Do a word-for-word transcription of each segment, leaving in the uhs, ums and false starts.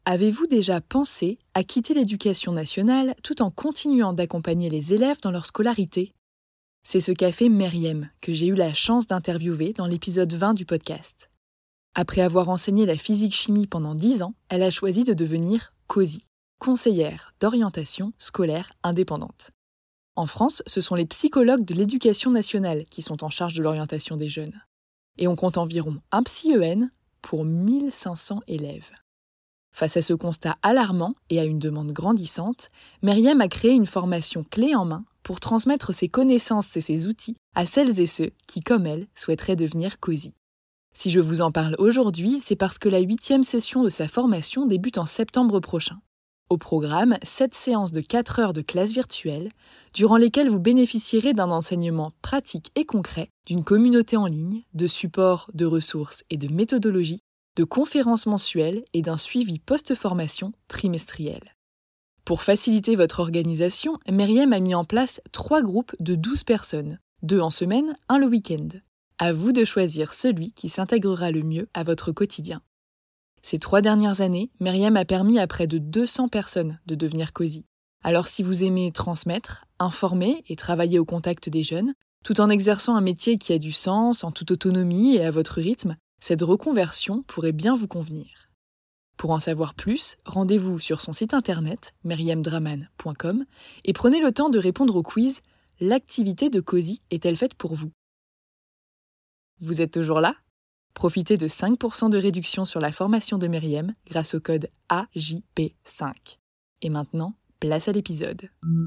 Avez-vous déjà pensé à quitter l'éducation nationale tout en continuant d'accompagner les élèves dans leur scolarité ? C'est ce qu'a fait Meriem, que j'ai eu la chance d'interviewer dans l'épisode vingt du podcast. Après avoir enseigné la physique-chimie pendant dix ans, elle a choisi de devenir COSI, conseillère d'orientation scolaire indépendante. En France, ce sont les psychologues de l'éducation nationale qui sont en charge de l'orientation des jeunes. Et on compte environ un psy E N pour mille cinq cents élèves. Face à ce constat alarmant et à une demande grandissante, Meriem a créé une formation clé en main pour transmettre ses connaissances et ses outils à celles et ceux qui, comme elle, souhaiteraient devenir COSI. Si je vous en parle aujourd'hui, c'est parce que la huitième session de sa formation débute en septembre prochain. Au programme, sept séances de quatre heures de classe virtuelle, durant lesquelles vous bénéficierez d'un enseignement pratique et concret, d'une communauté en ligne, de supports, de ressources et de méthodologies, de conférences mensuelles et d'un suivi post-formation trimestriel. Pour faciliter votre organisation, Meriem a mis en place trois groupes de douze personnes, deux en semaine, un le week-end. À vous de choisir celui qui s'intégrera le mieux à votre quotidien. Ces trois dernières années, Meriem a permis à près de deux cents personnes de devenir COSI. Alors si vous aimez transmettre, informer et travailler au contact des jeunes, tout en exerçant un métier qui a du sens, en toute autonomie et à votre rythme, cette reconversion pourrait bien vous convenir. Pour en savoir plus, rendez-vous sur son site internet meriem draman point com et prenez le temps de répondre au quiz « L'activité de COSI est-elle faite pour vous ?» Vous êtes toujours là ? Profitez de cinq pour cent de réduction sur la formation de Meriem grâce au code A J P cinq. Et maintenant, place à l'épisode.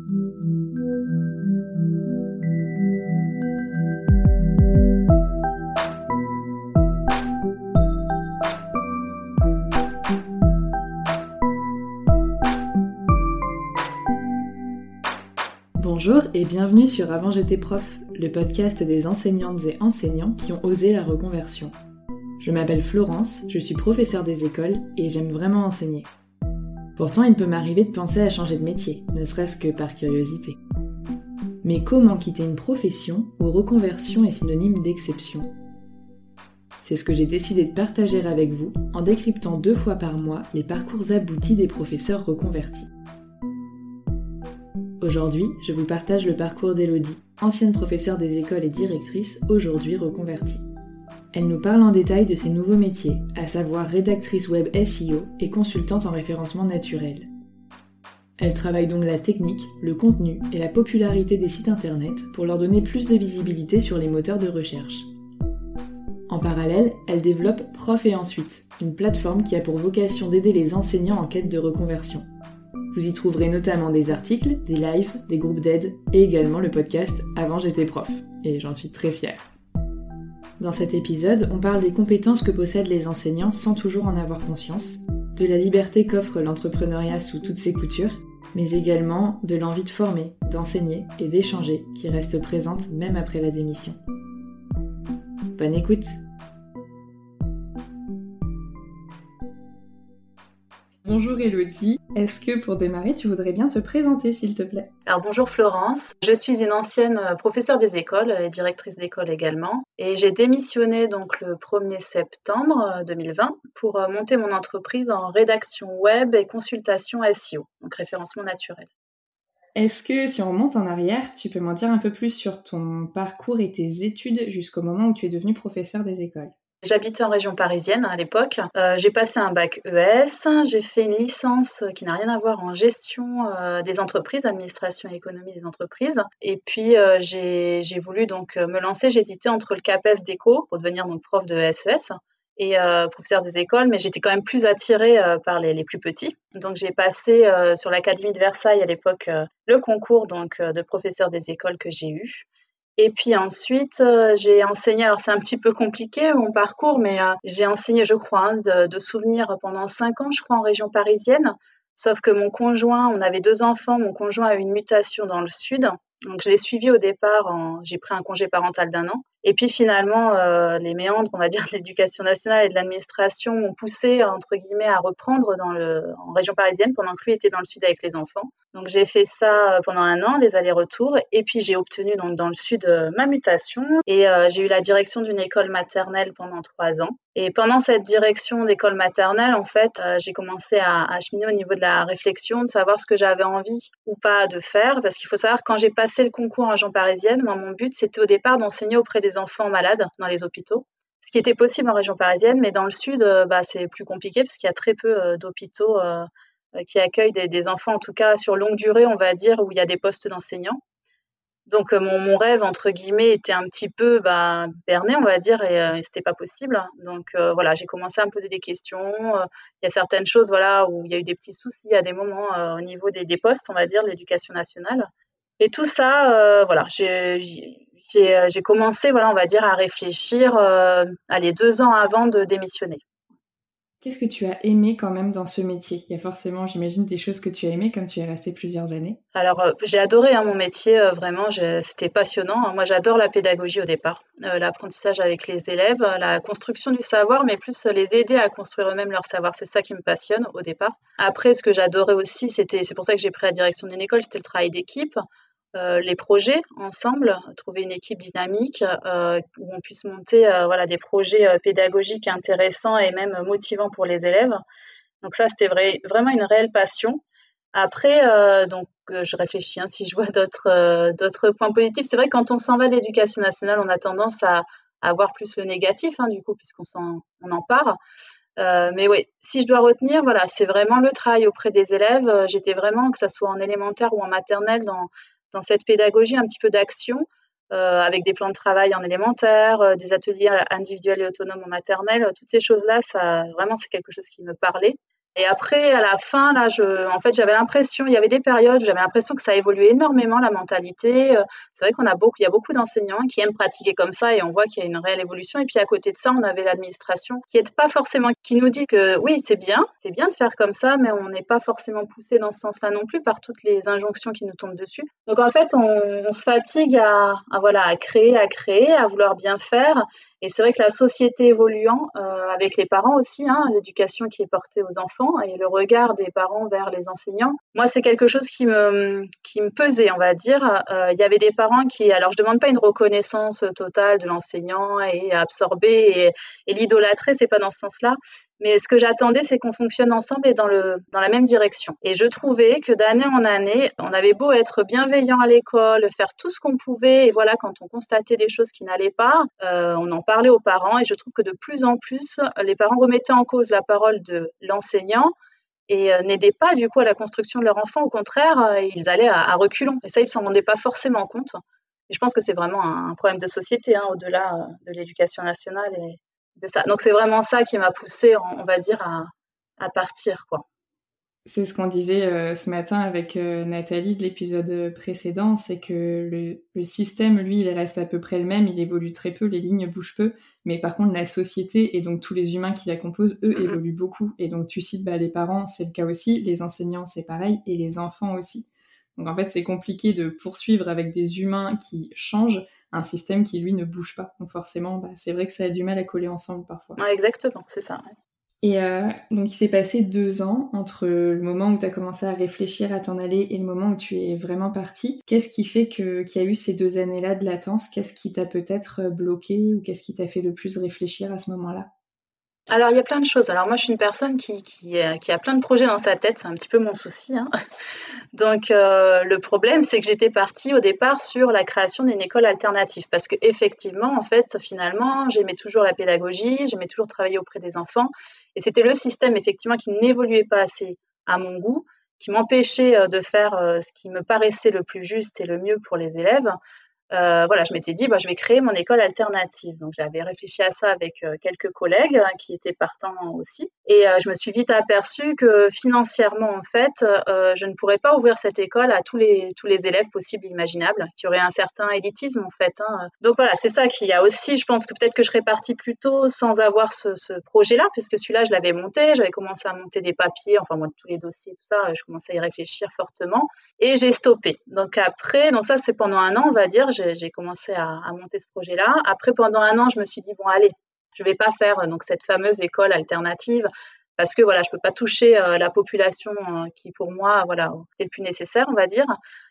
Bonjour et bienvenue sur Avant j'étais prof, le podcast des enseignantes et enseignants qui ont osé la reconversion. Je m'appelle Florence, je suis professeure des écoles et j'aime vraiment enseigner. Pourtant, il peut m'arriver de penser à changer de métier, ne serait-ce que par curiosité. Mais comment quitter une profession où reconversion est synonyme d'exception ? C'est ce que j'ai décidé de partager avec vous en décryptant deux fois par mois les parcours aboutis des professeurs reconvertis. Aujourd'hui, je vous partage le parcours d'Élodie, ancienne professeure des écoles et directrice, aujourd'hui reconvertie. Elle nous parle en détail de ses nouveaux métiers, à savoir rédactrice web S E O et consultante en référencement naturel. Elle travaille donc la technique, le contenu et la popularité des sites internet pour leur donner plus de visibilité sur les moteurs de recherche. En parallèle, elle développe Prof et Ensuite, une plateforme qui a pour vocation d'aider les enseignants en quête de reconversion. Vous y trouverez notamment des articles, des lives, des groupes d'aide et également le podcast Avant j'étais prof. Et j'en suis très fière. Dans cet épisode, on parle des compétences que possèdent les enseignants sans toujours en avoir conscience, de la liberté qu'offre l'entrepreneuriat sous toutes ses coutures, mais également de l'envie de former, d'enseigner et d'échanger qui reste présente même après la démission. Bonne écoute! Bonjour Élodie, est-ce que pour démarrer, tu voudrais bien te présenter s'il te plaît ? Alors bonjour Florence, je suis une ancienne professeure des écoles et directrice d'école également et j'ai démissionné donc le premier septembre deux mille vingt pour monter mon entreprise en rédaction web et consultation S E O, donc référencement naturel. Est-ce que si on remonte en arrière, tu peux m'en dire un peu plus sur ton parcours et tes études jusqu'au moment où tu es devenue professeure des écoles ? J'habitais en région parisienne à l'époque. Euh, j'ai passé un bac E S, j'ai fait une licence qui n'a rien à voir en gestion euh, des entreprises, administration et économie des entreprises. Et puis euh, j'ai, j'ai voulu donc me lancer. J'hésitais entre le CAPES d'éco pour devenir donc prof de S E S et euh, professeur des écoles, mais j'étais quand même plus attirée euh, par les, les plus petits. Donc j'ai passé euh, sur l'Académie de Versailles à l'époque euh, le concours donc euh, de professeur des écoles que j'ai eu. Et puis ensuite, euh, j'ai enseigné, alors c'est un petit peu compliqué mon parcours, mais euh, j'ai enseigné, je crois, hein, de, de souvenirs pendant cinq ans, je crois, en région parisienne. Sauf que mon conjoint, on avait deux enfants, mon conjoint a eu une mutation dans le sud. Donc je l'ai suivi au départ, en, j'ai pris un congé parental d'un an. Et puis finalement, euh, les méandres, on va dire, de l'éducation nationale et de l'administration m'ont poussé, entre guillemets, à reprendre dans le, en région parisienne pendant que lui était dans le sud avec les enfants. Donc j'ai fait ça pendant un an, les allers-retours, et puis j'ai obtenu donc dans le sud euh, ma mutation et euh, j'ai eu la direction d'une école maternelle pendant trois ans. Et pendant cette direction d'école maternelle, en fait, euh, j'ai commencé à, à cheminer au niveau de la réflexion, de savoir ce que j'avais envie ou pas de faire, parce qu'il faut savoir quand j'ai passé le concours en région parisienne, moi mon but c'était au départ d'enseigner auprès des enfants malades dans les hôpitaux, ce qui était possible en région parisienne, mais dans le sud, euh, bah, c'est plus compliqué parce qu'il y a très peu euh, d'hôpitaux euh, qui accueillent des, des enfants, en tout cas sur longue durée, on va dire, où il y a des postes d'enseignants. Donc euh, mon, mon rêve entre guillemets était un petit peu bah, berné, on va dire, et, euh, et c'était pas possible. Donc euh, voilà, j'ai commencé à me poser des questions. Euh, Il y a certaines choses voilà où il y a eu des petits soucis à des moments euh, au niveau des, des postes, on va dire, de l'éducation nationale. Et tout ça, euh, voilà, j'ai, j'ai, j'ai commencé, voilà, on va dire, à réfléchir, euh, allez, deux ans avant de démissionner. Qu'est-ce que tu as aimé quand même dans ce métier ? Il y a forcément, j'imagine, des choses que tu as aimées comme tu es restée plusieurs années. Alors, euh, j'ai adoré hein, mon métier, euh, vraiment, j'ai- c'était passionnant. Moi, j'adore la pédagogie au départ, euh, l'apprentissage avec les élèves, euh, la construction du savoir, mais plus euh, les aider à construire eux-mêmes leur savoir. C'est ça qui me passionne au départ. Après, ce que j'adorais aussi, c'était, c'est pour ça que j'ai pris la direction d'une école, c'était le travail d'équipe. Euh, les projets ensemble, trouver une équipe dynamique euh, où on puisse monter euh, voilà, des projets euh, pédagogiques intéressants et même motivants pour les élèves. Donc ça, c'était vrai, vraiment une réelle passion. Après, euh, donc euh, je réfléchis hein, si je vois d'autres euh, d'autres points positifs. C'est vrai que quand on s'en va de l'éducation nationale, on a tendance à, à voir plus le négatif, hein, du coup, puisqu'on s'en, on en part. Euh, mais oui, si je dois retenir, voilà, c'est vraiment le travail auprès des élèves. Euh, J'étais vraiment, que ce soit en élémentaire ou en maternelle, dans, dans cette pédagogie un petit peu d'action, euh, avec des plans de travail en élémentaire, euh, des ateliers individuels et autonomes en maternelle. Toutes ces choses-là, ça, vraiment, c'est quelque chose qui me parlait. Et après, à la fin, là, je, en fait, j'avais l'impression, il y avait des périodes où j'avais l'impression que ça évoluait énormément, la mentalité. Euh, C'est vrai qu'on a beaucoup, il y a beaucoup d'enseignants qui aiment pratiquer comme ça et on voit qu'il y a une réelle évolution. Et puis, à côté de ça, on avait l'administration qui aide pas forcément, qui nous dit que oui, c'est bien, c'est bien de faire comme ça, mais on n'est pas forcément poussé dans ce sens-là non plus par toutes les injonctions qui nous tombent dessus. Donc, en fait, on, on se fatigue à, à, voilà, à créer, à créer, à vouloir bien faire. Et c'est vrai que la société évoluant, euh, avec les parents aussi, hein, l'éducation qui est portée aux enfants et le regard des parents vers les enseignants, moi, c'est quelque chose qui me, qui me pesait, on va dire. Euh, il y avait des parents qui, alors je ne demande pas une reconnaissance totale de l'enseignant et absorber et, et l'idolâtrer, c'est pas dans ce sens-là. Mais ce que j'attendais, c'est qu'on fonctionne ensemble et dans, le, dans la même direction. Et je trouvais que d'année en année, on avait beau être bienveillant à l'école, faire tout ce qu'on pouvait, et voilà, quand on constatait des choses qui n'allaient pas, euh, on en parlait aux parents. Et je trouve que de plus en plus, les parents remettaient en cause la parole de l'enseignant et euh, n'aidaient pas du coup à la construction de leur enfant. Au contraire, euh, ils allaient à, à reculons. Et ça, ils ne s'en rendaient pas forcément compte. Et je pense que c'est vraiment un, un problème de société, hein, au-delà euh, de l'éducation nationale et de ça. Donc c'est vraiment ça qui m'a poussée, on, on va dire, à, à partir, quoi. C'est ce qu'on disait euh, ce matin avec euh, Nathalie de l'épisode précédent, c'est que le, le système, lui, il reste à peu près le même, il évolue très peu, les lignes bougent peu, mais par contre la société et donc tous les humains qui la composent, eux, mm-hmm. évoluent beaucoup. Et donc tu cites bah, les parents, c'est le cas aussi, les enseignants, c'est pareil, et les enfants aussi. Donc en fait, c'est compliqué de poursuivre avec des humains qui changent un système qui, lui, ne bouge pas. Donc forcément, bah, c'est vrai que ça a du mal à coller ensemble parfois. Ouais, exactement, c'est ça. Ouais. Et euh, donc il s'est passé deux ans entre le moment où tu as commencé à réfléchir à t'en aller et le moment où tu es vraiment partie. Qu'est-ce qui fait que, qu'il y a eu ces deux années-là de latence ? Qu'est-ce qui t'a peut-être bloqué ou qu'est-ce qui t'a fait le plus réfléchir à ce moment-là ? Alors, il y a plein de choses. Alors, moi, je suis une personne qui, qui, euh, qui a plein de projets dans sa tête. C'est un petit peu mon souci, hein. Donc, euh, le problème, c'est que j'étais partie au départ sur la création d'une école alternative. Parce que effectivement, en fait, finalement, j'aimais toujours la pédagogie, j'aimais toujours travailler auprès des enfants. Et c'était le système, effectivement, qui n'évoluait pas assez à mon goût, qui m'empêchait de faire ce qui me paraissait le plus juste et le mieux pour les élèves. Euh, voilà, je m'étais dit, bah, je vais créer mon école alternative. Donc, j'avais réfléchi à ça avec euh, quelques collègues hein, qui étaient partants aussi. Et euh, je me suis vite aperçue que financièrement, en fait, euh, je ne pourrais pas ouvrir cette école à tous les, tous les élèves possibles et imaginables, qui auraient un certain élitisme, en fait. Hein. Donc, voilà, c'est ça qu'il y a aussi. Je pense que peut-être que je serais partie plus tôt sans avoir ce, ce projet-là, puisque celui-là, je l'avais monté. J'avais commencé à monter des papiers, enfin, moi, tous les dossiers, tout ça, je commençais à y réfléchir fortement. Et j'ai stoppé. Donc, après, donc ça, c'est pendant un an, on va dire, j'ai j'ai, j'ai commencé à, à monter ce projet-là. Après, pendant un an, je me suis dit, bon, allez, je ne vais pas faire donc, cette fameuse école alternative parce que voilà, je ne peux pas toucher euh, la population euh, qui, pour moi, voilà, est le plus nécessaire, on va dire.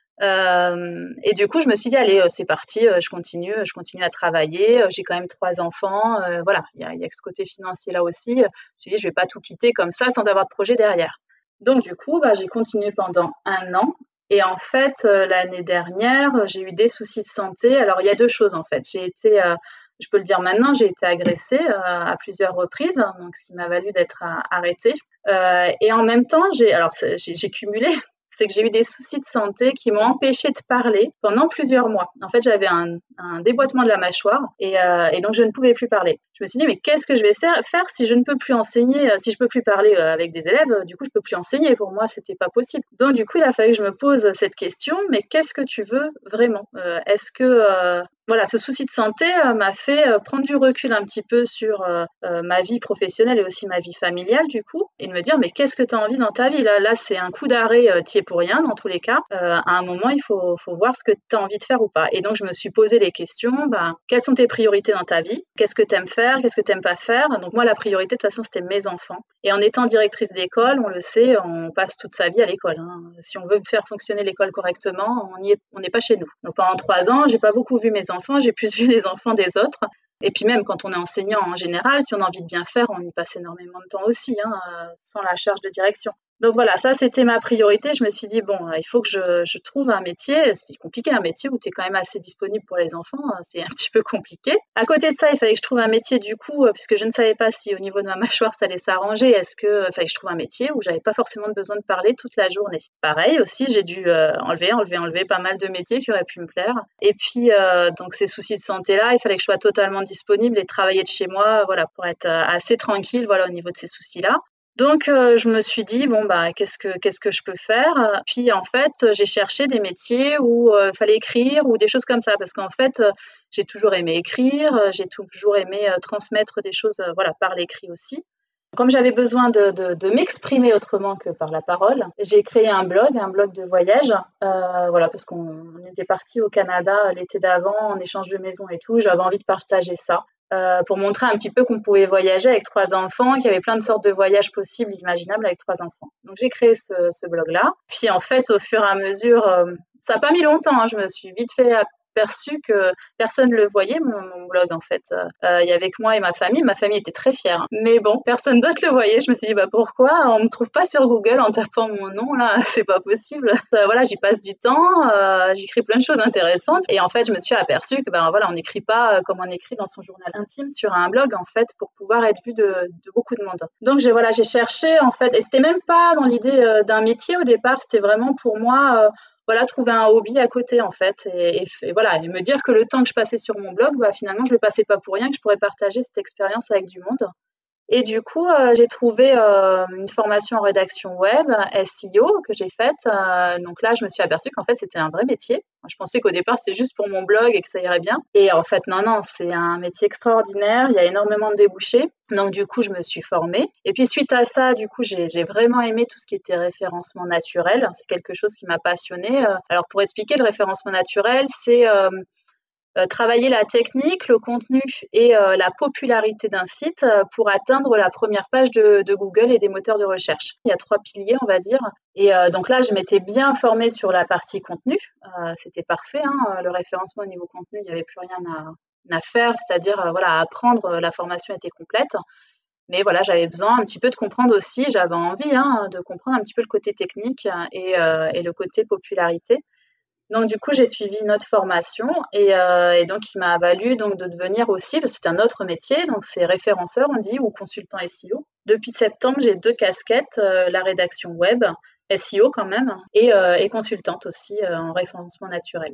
Euh, et du coup, je me suis dit, allez, euh, c'est parti, euh, je continue, je continue à travailler. Euh, j'ai quand même trois enfants. Euh, voilà, il y a, y a ce côté financier là aussi. Je me suis dit, je ne vais pas tout quitter comme ça sans avoir de projet derrière. Donc, du coup, bah, j'ai continué pendant un an. Et en fait, euh, l'année dernière, j'ai eu des soucis de santé. Alors, il y a deux choses, en fait. J'ai été, euh, je peux le dire maintenant, j'ai été agressée euh, à plusieurs reprises, donc ce qui m'a valu d'être euh, arrêtée. Euh, et en même temps, j'ai, alors, j'ai, j'ai cumulé, c'est que j'ai eu des soucis de santé qui m'ont empêchée de parler pendant plusieurs mois. En fait, j'avais un, un déboîtement de la mâchoire et, euh, et donc je ne pouvais plus parler. Je me suis dit, mais qu'est-ce que je vais faire si je ne peux plus enseigner, si je ne peux plus parler avec des élèves, du coup, je ne peux plus enseigner. Pour moi, ce n'était pas possible. Donc, du coup, il a fallu que je me pose cette question, mais qu'est-ce que tu veux vraiment euh, Est-ce que... Euh, voilà, ce souci de santé euh, m'a fait euh, prendre du recul un petit peu sur euh, euh, ma vie professionnelle et aussi ma vie familiale, du coup, et de me dire, mais qu'est-ce que tu as envie dans ta vie ? Là, là c'est un coup d'arrêt, euh, t'y es pour rien, dans tous les cas. Euh, à un moment, il faut, faut voir ce que tu as envie de faire ou pas. Et donc, je me suis posé les questions, ben, quelles sont tes priorités dans ta vie ? Qu'est-ce que tu aimes faire ? Qu'est-ce que tu n'aimes pas faire ? Donc, moi, la priorité, de toute façon, c'était mes enfants. Et en étant directrice d'école, on le sait, on passe toute sa vie à l'école. Hein. Si on veut faire fonctionner l'école correctement, on n'est on n'est pas chez nous. Donc, pendant trois ans, j'ai pas beaucoup vu mes enfants, j'ai plus vu les enfants des autres. Et puis même quand on est enseignant en général, si on a envie de bien faire, on y passe énormément de temps aussi, hein, sans la charge de direction. Donc voilà, ça c'était ma priorité. Je me suis dit, bon, il faut que je, je trouve un métier. C'est compliqué, un métier où tu es quand même assez disponible pour les enfants. C'est un petit peu compliqué. À côté de ça, il fallait que je trouve un métier du coup, puisque je ne savais pas si au niveau de ma mâchoire ça allait s'arranger. Est-ce que fallait que je trouve un métier où j'avais pas forcément besoin de parler toute la journée. Pareil aussi, j'ai dû euh, enlever, enlever, enlever pas mal de métiers qui auraient pu me plaire. Et puis, euh, donc ces soucis de santé-là, il fallait que je sois totalement disponible et travailler de chez moi, voilà, pour être assez tranquille, voilà, au niveau de ces soucis-là. Donc, euh, je me suis dit, bon, bah, qu'est-ce que, qu'est-ce que je peux faire ? Puis, en fait, j'ai cherché des métiers où il euh, fallait écrire ou des choses comme ça. Parce qu'en fait, euh, j'ai toujours aimé écrire, euh, j'ai toujours aimé euh, transmettre des choses euh, voilà, par l'écrit aussi. Comme j'avais besoin de, de, de m'exprimer autrement que par la parole, j'ai créé un blog, un blog de voyage. Euh, voilà, parce qu'on était parti au Canada l'été d'avant en échange de maison et tout. J'avais envie de partager ça. Euh, pour montrer un petit peu qu'on pouvait voyager avec trois enfants, qu'il y avait plein de sortes de voyages possibles, imaginables avec trois enfants. Donc j'ai créé ce, ce blog-là. Puis en fait, au fur et à mesure, euh, ça n'a pas mis longtemps, hein, je me suis vite fait aperçu que personne ne le voyait, mon, mon blog en fait. Euh, il y avait que moi et ma famille, ma famille était très fière. Mais bon, personne d'autre le voyait. Je me suis dit, bah pourquoi on me trouve pas sur Google en tapant mon nom là ? C'est pas possible. Euh, voilà, j'y passe du temps, euh, j'écris plein de choses intéressantes. Et en fait, je me suis aperçue que ben voilà, on n'écrit pas comme on écrit dans son journal intime sur un blog en fait pour pouvoir être vu de, de beaucoup de monde. Donc j'ai voilà, j'ai cherché en fait, et c'était même pas dans l'idée euh, d'un métier au départ, c'était vraiment pour moi. Euh, Voilà, trouver un hobby à côté en fait et, et, et voilà et me dire que le temps que je passais sur mon blog, bah, finalement je le passais pas pour rien, que je pourrais partager cette expérience avec du monde. Et du coup, euh, j'ai trouvé euh, une formation en rédaction web, S E O, que j'ai faite. Euh, donc là, je me suis aperçue qu'en fait, c'était un vrai métier. Moi, je pensais qu'au départ, c'était juste pour mon blog et que ça irait bien. Et en fait, non, non, c'est un métier extraordinaire. Il y a énormément de débouchés. Donc, du coup, je me suis formée. Et puis, suite à ça, du coup, j'ai, j'ai vraiment aimé tout ce qui était référencement naturel. C'est quelque chose qui m'a passionnée. Alors, pour expliquer, le référencement naturel, c'est... Euh, Euh, travailler la technique, le contenu et euh, la popularité d'un site euh, pour atteindre la première page de, de Google et des moteurs de recherche. Il y a trois piliers, on va dire. Et euh, donc là, je m'étais bien formée sur la partie contenu. Euh, c'était parfait, hein, le référencement au niveau contenu, il n'y avait plus rien à, à faire, c'est-à-dire euh, voilà, à apprendre, la formation était complète. Mais voilà, j'avais besoin un petit peu de comprendre aussi, j'avais envie hein, de comprendre un petit peu le côté technique et, euh, et le côté popularité. Donc du coup, j'ai suivi une autre formation et, euh, et donc il m'a valu donc de devenir aussi, parce que c'est un autre métier, donc c'est référenceur on dit ou consultant S E O. Depuis septembre, j'ai deux casquettes, euh, la rédaction web, S E O quand même, et, euh, et consultante aussi euh, en référencement naturel.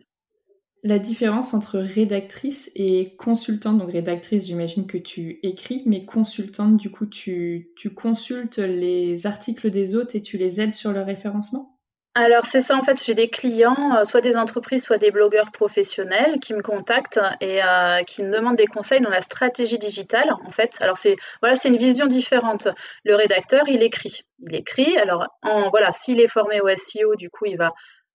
La différence entre rédactrice et consultante, donc rédactrice, j'imagine que tu écris, mais consultante, du coup, tu, tu consultes les articles des autres et tu les aides sur le référencement ? Alors c'est ça en fait, j'ai des clients, euh, soit des entreprises, soit des blogueurs professionnels qui me contactent et euh, qui me demandent des conseils dans la stratégie digitale en fait. Alors c'est voilà, c'est une vision différente. Le rédacteur, il écrit, il écrit. Alors en voilà, s'il est formé au S E O, du coup, il va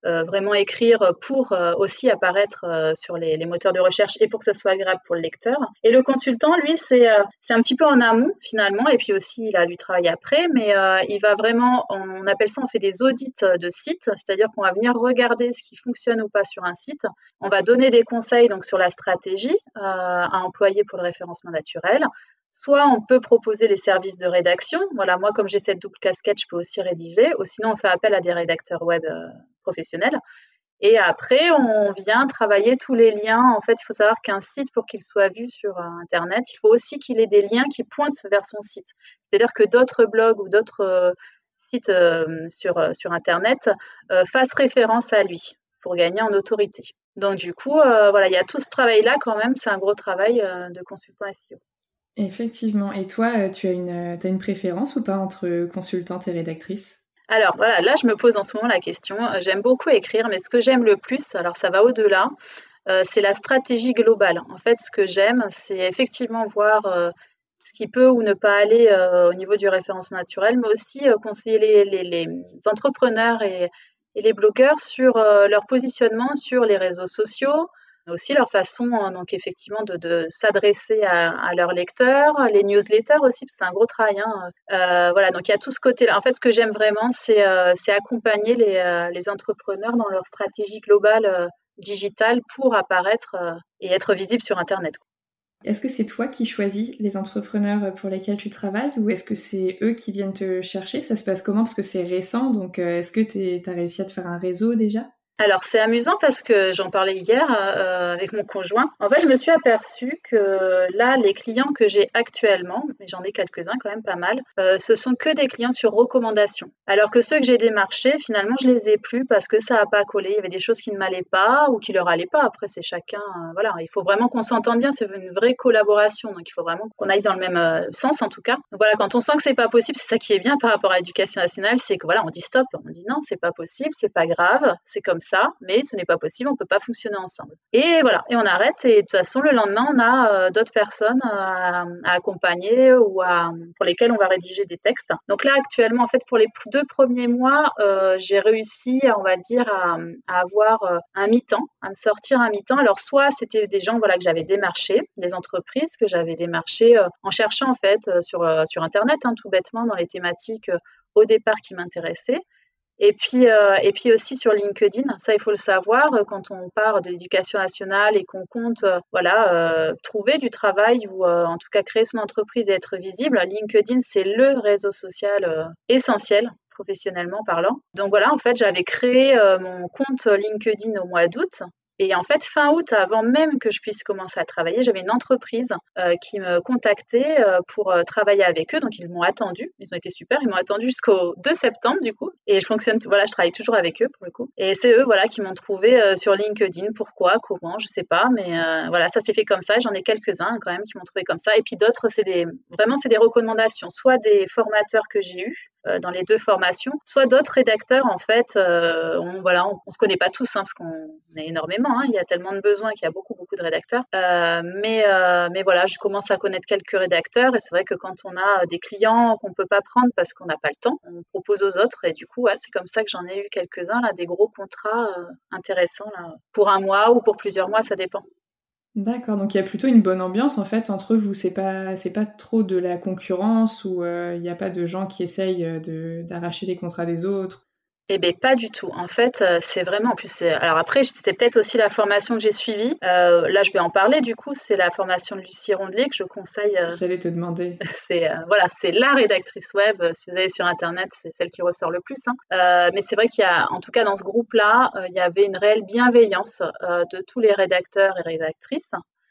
euh, vraiment écrire pour euh, aussi apparaître euh, sur les, les moteurs de recherche et pour que ça soit agréable pour le lecteur. Et le consultant, lui, c'est, euh, c'est un petit peu en amont finalement, et puis aussi il a du travail après, mais euh, il va vraiment, on appelle ça, on fait des audits de sites, c'est-à-dire qu'on va venir regarder ce qui fonctionne ou pas sur un site. On va donner des conseils donc sur la stratégie euh, à employer pour le référencement naturel. Soit on peut proposer les services de rédaction. Voilà, moi, comme j'ai cette double casquette, je peux aussi rédiger. Ou sinon, on fait appel à des rédacteurs web euh, professionnels. Et après, on vient travailler tous les liens. En fait, il faut savoir qu'un site, pour qu'il soit vu sur euh, Internet, il faut aussi qu'il ait des liens qui pointent vers son site. C'est-à-dire que d'autres blogs ou d'autres euh, sites euh, sur, euh, sur Internet euh, fassent référence à lui pour gagner en autorité. Donc, du coup, euh, voilà, il y a tout ce travail-là quand même. C'est un gros travail euh, de consultant S E O. Effectivement. Et toi, euh, tu as une, euh, t'as une préférence ou pas entre consultante et rédactrice? Alors voilà, là je me pose en ce moment la question. J'aime beaucoup écrire, mais ce que j'aime le plus, alors ça va au-delà, euh, c'est la stratégie globale. En fait, ce que j'aime, c'est effectivement voir euh, ce qui peut ou ne pas aller euh, au niveau du référencement naturel, mais aussi euh, conseiller les, les, les entrepreneurs et, et les blogueurs sur euh, leur positionnement sur les réseaux sociaux, mais aussi leur façon, hein, donc effectivement, de, de s'adresser à, à leurs lecteurs, les newsletters aussi, parce que c'est un gros travail. Hein. Euh, voilà, donc il y a tout ce côté-là. En fait, ce que j'aime vraiment, c'est, euh, c'est accompagner les, euh, les entrepreneurs dans leur stratégie globale euh, digitale pour apparaître euh, et être visible sur Internet. Est-ce que c'est toi qui choisis les entrepreneurs pour lesquels tu travailles ou est-ce que c'est eux qui viennent te chercher? Ça se passe comment? Parce que c'est récent, donc euh, est-ce que tu as réussi à te faire un réseau déjà? Alors, c'est amusant parce que j'en parlais hier euh, avec mon conjoint. En fait, je me suis aperçue que là, les clients que j'ai actuellement, et j'en ai quelques-uns quand même pas mal, euh, ce sont que des clients sur recommandation. Alors que ceux que j'ai démarchés, finalement, je les ai plus parce que ça n'a pas collé. Il y avait des choses qui ne m'allaient pas ou qui leur allaient pas. Après, c'est chacun. Euh, voilà, il faut vraiment qu'on s'entende bien. C'est une vraie collaboration. Donc, il faut vraiment qu'on aille dans le même euh, sens, en tout cas. Donc, voilà, quand on sent que c'est pas possible, c'est ça qui est bien par rapport à l'éducation nationale, c'est que voilà, on dit stop. On dit non, c'est pas possible, c'est pas grave, c'est comme ça, mais ce n'est pas possible, on ne peut pas fonctionner ensemble. Et voilà, et on arrête, et de toute façon, le lendemain, on a euh, d'autres personnes à, à accompagner ou à, pour lesquelles on va rédiger des textes. Donc là, actuellement, en fait, pour les deux premiers mois, euh, j'ai réussi, on va dire, à, à avoir euh, un mi-temps, à me sortir un mi-temps. Alors, soit c'était des gens voilà, que j'avais démarchés, des entreprises que j'avais démarchées euh, en cherchant, en fait, euh, sur, euh, sur Internet, hein, tout bêtement, dans les thématiques euh, au départ qui m'intéressaient. Et puis, euh, et puis aussi sur LinkedIn, ça il faut le savoir, quand on part de l'éducation nationale et qu'on compte euh, voilà, euh, trouver du travail ou euh, en tout cas créer son entreprise et être visible, LinkedIn c'est le réseau social euh, essentiel professionnellement parlant. Donc voilà, en fait j'avais créé euh, mon compte LinkedIn au mois d'août. Et en fait, fin août, avant même que je puisse commencer à travailler, j'avais une entreprise euh, qui me contactait euh, pour euh, travailler avec eux. Donc, ils m'ont attendu. Ils ont été super. Ils m'ont attendu jusqu'au deux septembre, du coup. Et je fonctionne, voilà, je travaille toujours avec eux, pour le coup. Et c'est eux, voilà, qui m'ont trouvé euh, sur LinkedIn. Pourquoi, comment, je sais pas. Mais euh, voilà, ça s'est fait comme ça. J'en ai quelques-uns, quand même, qui m'ont trouvé comme ça. Et puis d'autres, c'est des, vraiment, c'est des recommandations. Soit des formateurs que j'ai eus euh, dans les deux formations, soit d'autres rédacteurs, en fait. Euh, on, voilà, on, on se connaît pas tous, hein, parce qu'on est énormément. Hein, il y a tellement de besoins qu'il y a beaucoup, beaucoup de rédacteurs. Euh, mais, euh, mais voilà, je commence à connaître quelques rédacteurs et c'est vrai que quand on a des clients qu'on ne peut pas prendre parce qu'on n'a pas le temps, on propose aux autres et du coup, ouais, c'est comme ça que j'en ai eu quelques-uns, là, des gros contrats euh, intéressants là, pour un mois ou pour plusieurs mois, ça dépend. D'accord, donc il y a plutôt une bonne ambiance en fait entre vous, c'est pas, c'est pas trop de la concurrence ou euh, il n'y a pas de gens qui essayent de, d'arracher les contrats des autres. Eh bien, pas du tout. En fait, euh, c'est vraiment, en plus, c'est... alors après, c'était peut-être aussi la formation que j'ai suivie. Euh, là, je vais en parler, du coup, c'est la formation de Lucie Rondelet que je conseille. Euh, J'allais te demander. c'est, euh, voilà, c'est la rédactrice web. Si vous allez sur Internet, c'est celle qui ressort le plus. Hein. Euh, mais c'est vrai qu'il y a, en tout cas, dans ce groupe-là, euh, il y avait une réelle bienveillance euh, de tous les rédacteurs et rédactrices.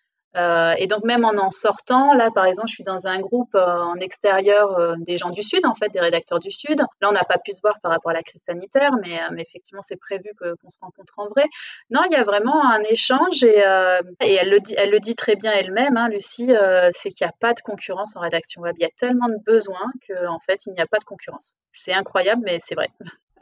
Euh, et donc même en en sortant, là par exemple, je suis dans un groupe euh, en extérieur euh, des gens du Sud, en fait, des rédacteurs du Sud. Là, on n'a pas pu se voir par rapport à la crise sanitaire, mais, euh, mais effectivement, c'est prévu que, qu'on se rencontre en vrai. Non, il y a vraiment un échange et, euh, et elle, le dit, elle le dit très bien elle-même, hein, Lucie, euh, c'est qu'il n'y a pas de concurrence en rédaction web. Il y a tellement de besoins qu'en fait, il n'y a pas de concurrence. C'est incroyable, mais c'est vrai.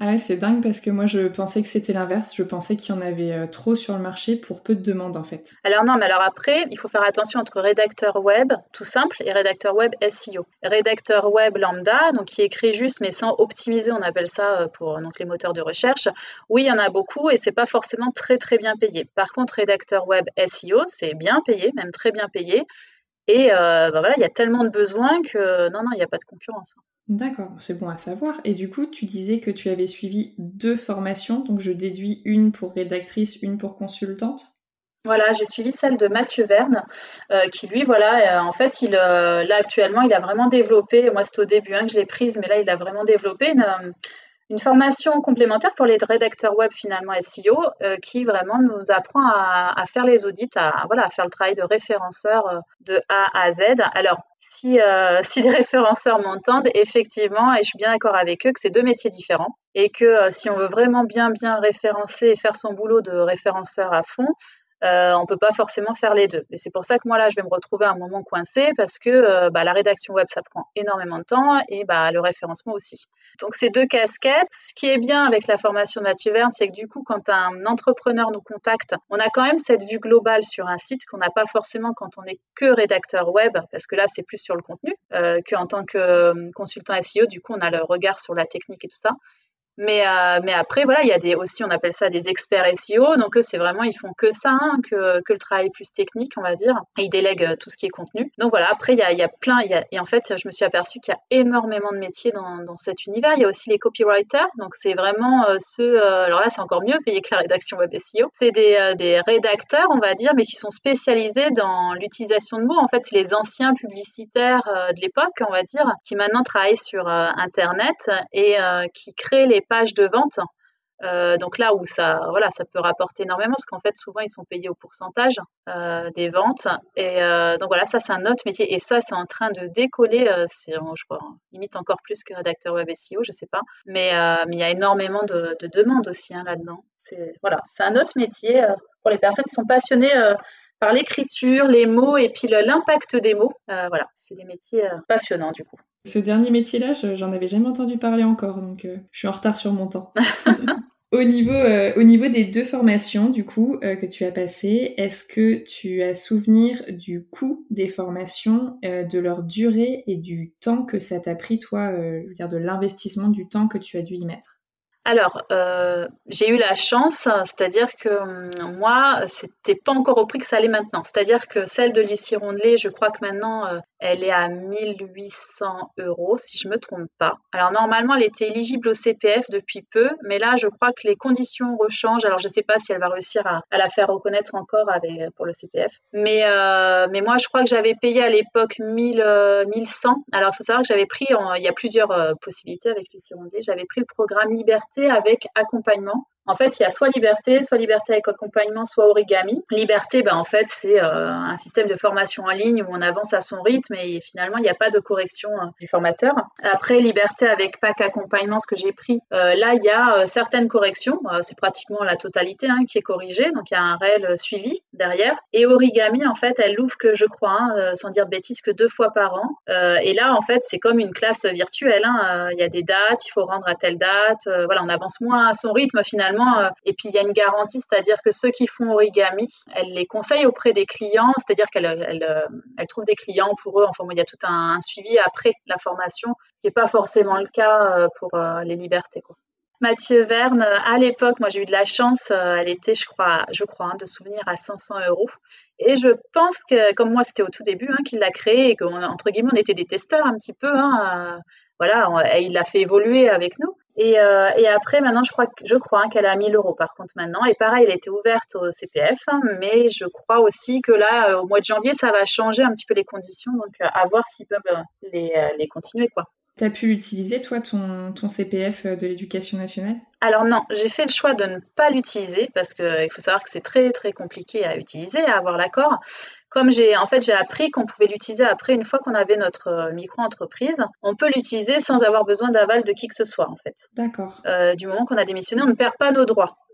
Ah ouais, c'est dingue parce que moi je pensais que c'était l'inverse, je pensais qu'il y en avait euh, trop sur le marché pour peu de demandes en fait. Alors non, mais alors après, il faut faire attention entre rédacteur web tout simple et rédacteur web S E O. Rédacteur web lambda, donc qui écrit juste mais sans optimiser, on appelle ça pour donc les moteurs de recherche. Oui, il y en a beaucoup et c'est pas forcément très très bien payé. Par contre, rédacteur web S E O, c'est bien payé, même très bien payé. Et euh, ben voilà, il y a tellement de besoins que non, non, il n'y a pas de concurrence. D'accord, c'est bon à savoir. Et du coup, tu disais que tu avais suivi deux formations, donc je déduis une pour rédactrice, une pour consultante. Voilà, j'ai suivi celle de Mathieu Verne, euh, qui lui, voilà, euh, en fait, il, euh, là actuellement, il a vraiment développé, moi c'est au début hein, que je l'ai prise, mais là, il a vraiment développé une, euh, une formation complémentaire pour les rédacteurs web finalement S E O, euh, qui vraiment nous apprend à, à faire les audits, à, voilà, à faire le travail de référenceur euh, de A à Z. Alors, si, euh, si les référenceurs m'entendent, effectivement, et je suis bien d'accord avec eux, que c'est deux métiers différents, et que euh, si on veut vraiment bien, bien référencer et faire son boulot de référenceur à fond, euh, on peut pas forcément faire les deux. Et c'est pour ça que moi là, je vais me retrouver à un moment coincée parce que euh, bah, la rédaction web, ça prend énormément de temps et bah, le référencement aussi. Donc c'est deux casquettes. Ce qui est bien avec la formation de Mathieu Verne, c'est que du coup, quand un entrepreneur nous contacte, on a quand même cette vue globale sur un site qu'on n'a pas forcément quand on n'est que rédacteur web, parce que là, c'est plus sur le contenu, euh, qu'en tant que euh, consultant S E O, du coup, on a le regard sur la technique et tout ça. Mais, euh, mais après, voilà, il y a des, aussi, on appelle ça des experts S E O. Donc, eux, c'est vraiment, ils font que ça, hein, que, que le travail plus technique, on va dire. Et ils délèguent euh, tout ce qui est contenu. Donc, voilà, après, il y a, il y a plein. Il y a, et en fait, je me suis aperçue qu'il y a énormément de métiers dans, dans cet univers. Il y a aussi les copywriters. Donc, c'est vraiment euh, ceux. Euh, alors là, c'est encore mieux payé que la rédaction web S E O. C'est des, euh, des rédacteurs, on va dire, mais qui sont spécialisés dans l'utilisation de mots. En fait, c'est les anciens publicitaires euh, de l'époque, on va dire, qui maintenant travaillent sur euh, Internet et euh, qui créent les pages de vente. Euh, donc là où ça, voilà, ça peut rapporter énormément parce qu'en fait souvent ils sont payés au pourcentage euh, des ventes. Et euh, donc voilà, ça c'est un autre métier et ça c'est en train de décoller. Euh, c'est, je crois, limite encore plus que rédacteur web S E O, je sais pas. Mais euh, mais il y a énormément de, de demandes aussi hein, là-dedans. C'est voilà, c'est un autre métier euh, pour les personnes qui sont passionnées. Euh, par l'écriture, les mots et puis le, l'impact des mots. Euh, voilà, c'est des métiers euh, passionnants du coup. Ce dernier métier-là, je- j'en avais jamais entendu parler encore, donc euh, je suis en retard sur mon temps. Au niveau, euh, au niveau des deux formations, du coup, euh, que tu as passées, est-ce que tu as souvenir du coût des formations, euh, de leur durée et du temps que ça t'a pris, toi, euh, je veux dire de l'investissement du temps que tu as dû y mettre? Alors, euh, j'ai eu la chance, c'est-à-dire que hum, moi, c'était pas encore au prix que ça allait maintenant. C'est-à-dire que celle de Lucie Rondelet, je crois que maintenant, euh, elle est à mille huit cents euros, si je me trompe pas. Alors, normalement, elle était éligible au C P F depuis peu, mais là, je crois que les conditions rechangent. Alors, je sais pas si elle va réussir à, à la faire reconnaître encore avec, pour le C P F. Mais, euh, mais moi, je crois que j'avais payé à l'époque mille, euh, mille cent. Alors, il faut savoir que j'avais pris, en- il y a plusieurs euh, possibilités avec Lucie Rondelet. J'avais pris le programme Liberté avec accompagnement. En fait, il y a soit Liberté, soit Liberté avec accompagnement, soit Origami. Liberté, ben, en fait, c'est euh, un système de formation en ligne où on avance à son rythme et finalement, il n'y a pas de correction euh, du formateur. Après, Liberté avec P A C accompagnement, ce que j'ai pris, euh, là, il y a euh, certaines corrections. Euh, c'est pratiquement la totalité hein, qui est corrigée. Donc, il y a un réel suivi derrière. Et Origami, en fait, elle l'ouvre que, je crois, hein, euh, sans dire de bêtises, que deux fois par an. Euh, et là, en fait, c'est comme une classe virtuelle. Hein. Euh, il y a des dates, il faut rendre à telle date. Euh, voilà, on avance moins à son rythme finalement. Euh, et puis, il y a une garantie, c'est-à-dire que ceux qui font Origami, elle les conseille auprès des clients, c'est-à-dire qu'elle elle, elle trouve des clients pour eux. Enfin, il y a tout un, un suivi après la formation, qui n'est pas forcément le cas pour euh, les libertés, quoi. Mathieu Verne, à l'époque, moi j'ai eu de la chance, euh, elle était, je crois, je crois hein, de souvenir à cinq cents euros. Et je pense que, comme moi c'était au tout début, hein, qu'il l'a créé et qu'entre guillemets on était des testeurs un petit peu. Hein, euh, voilà, on, et il l'a fait évoluer avec nous. Et, euh, et après, maintenant, je crois, je crois hein, qu'elle est à mille euros par contre maintenant. Et pareil, elle a été ouverte au C P F, hein, mais je crois aussi que là, au mois de janvier, ça va changer un petit peu les conditions. Donc, euh, à voir s'ils peuvent euh, les, euh, les continuer, quoi. T'as pu l'utiliser, toi, ton, ton C P F de l'Éducation nationale? Alors non, j'ai fait le choix de ne pas l'utiliser parce qu'il faut savoir que c'est très très compliqué à utiliser, à avoir l'accord. Comme j'ai en fait j'ai appris qu'on pouvait l'utiliser après une fois qu'on avait notre micro-entreprise, on peut l'utiliser sans avoir besoin d'aval de qui que ce soit en fait. D'accord. Euh, du moment qu'on a démissionné, on ne perd pas nos droits.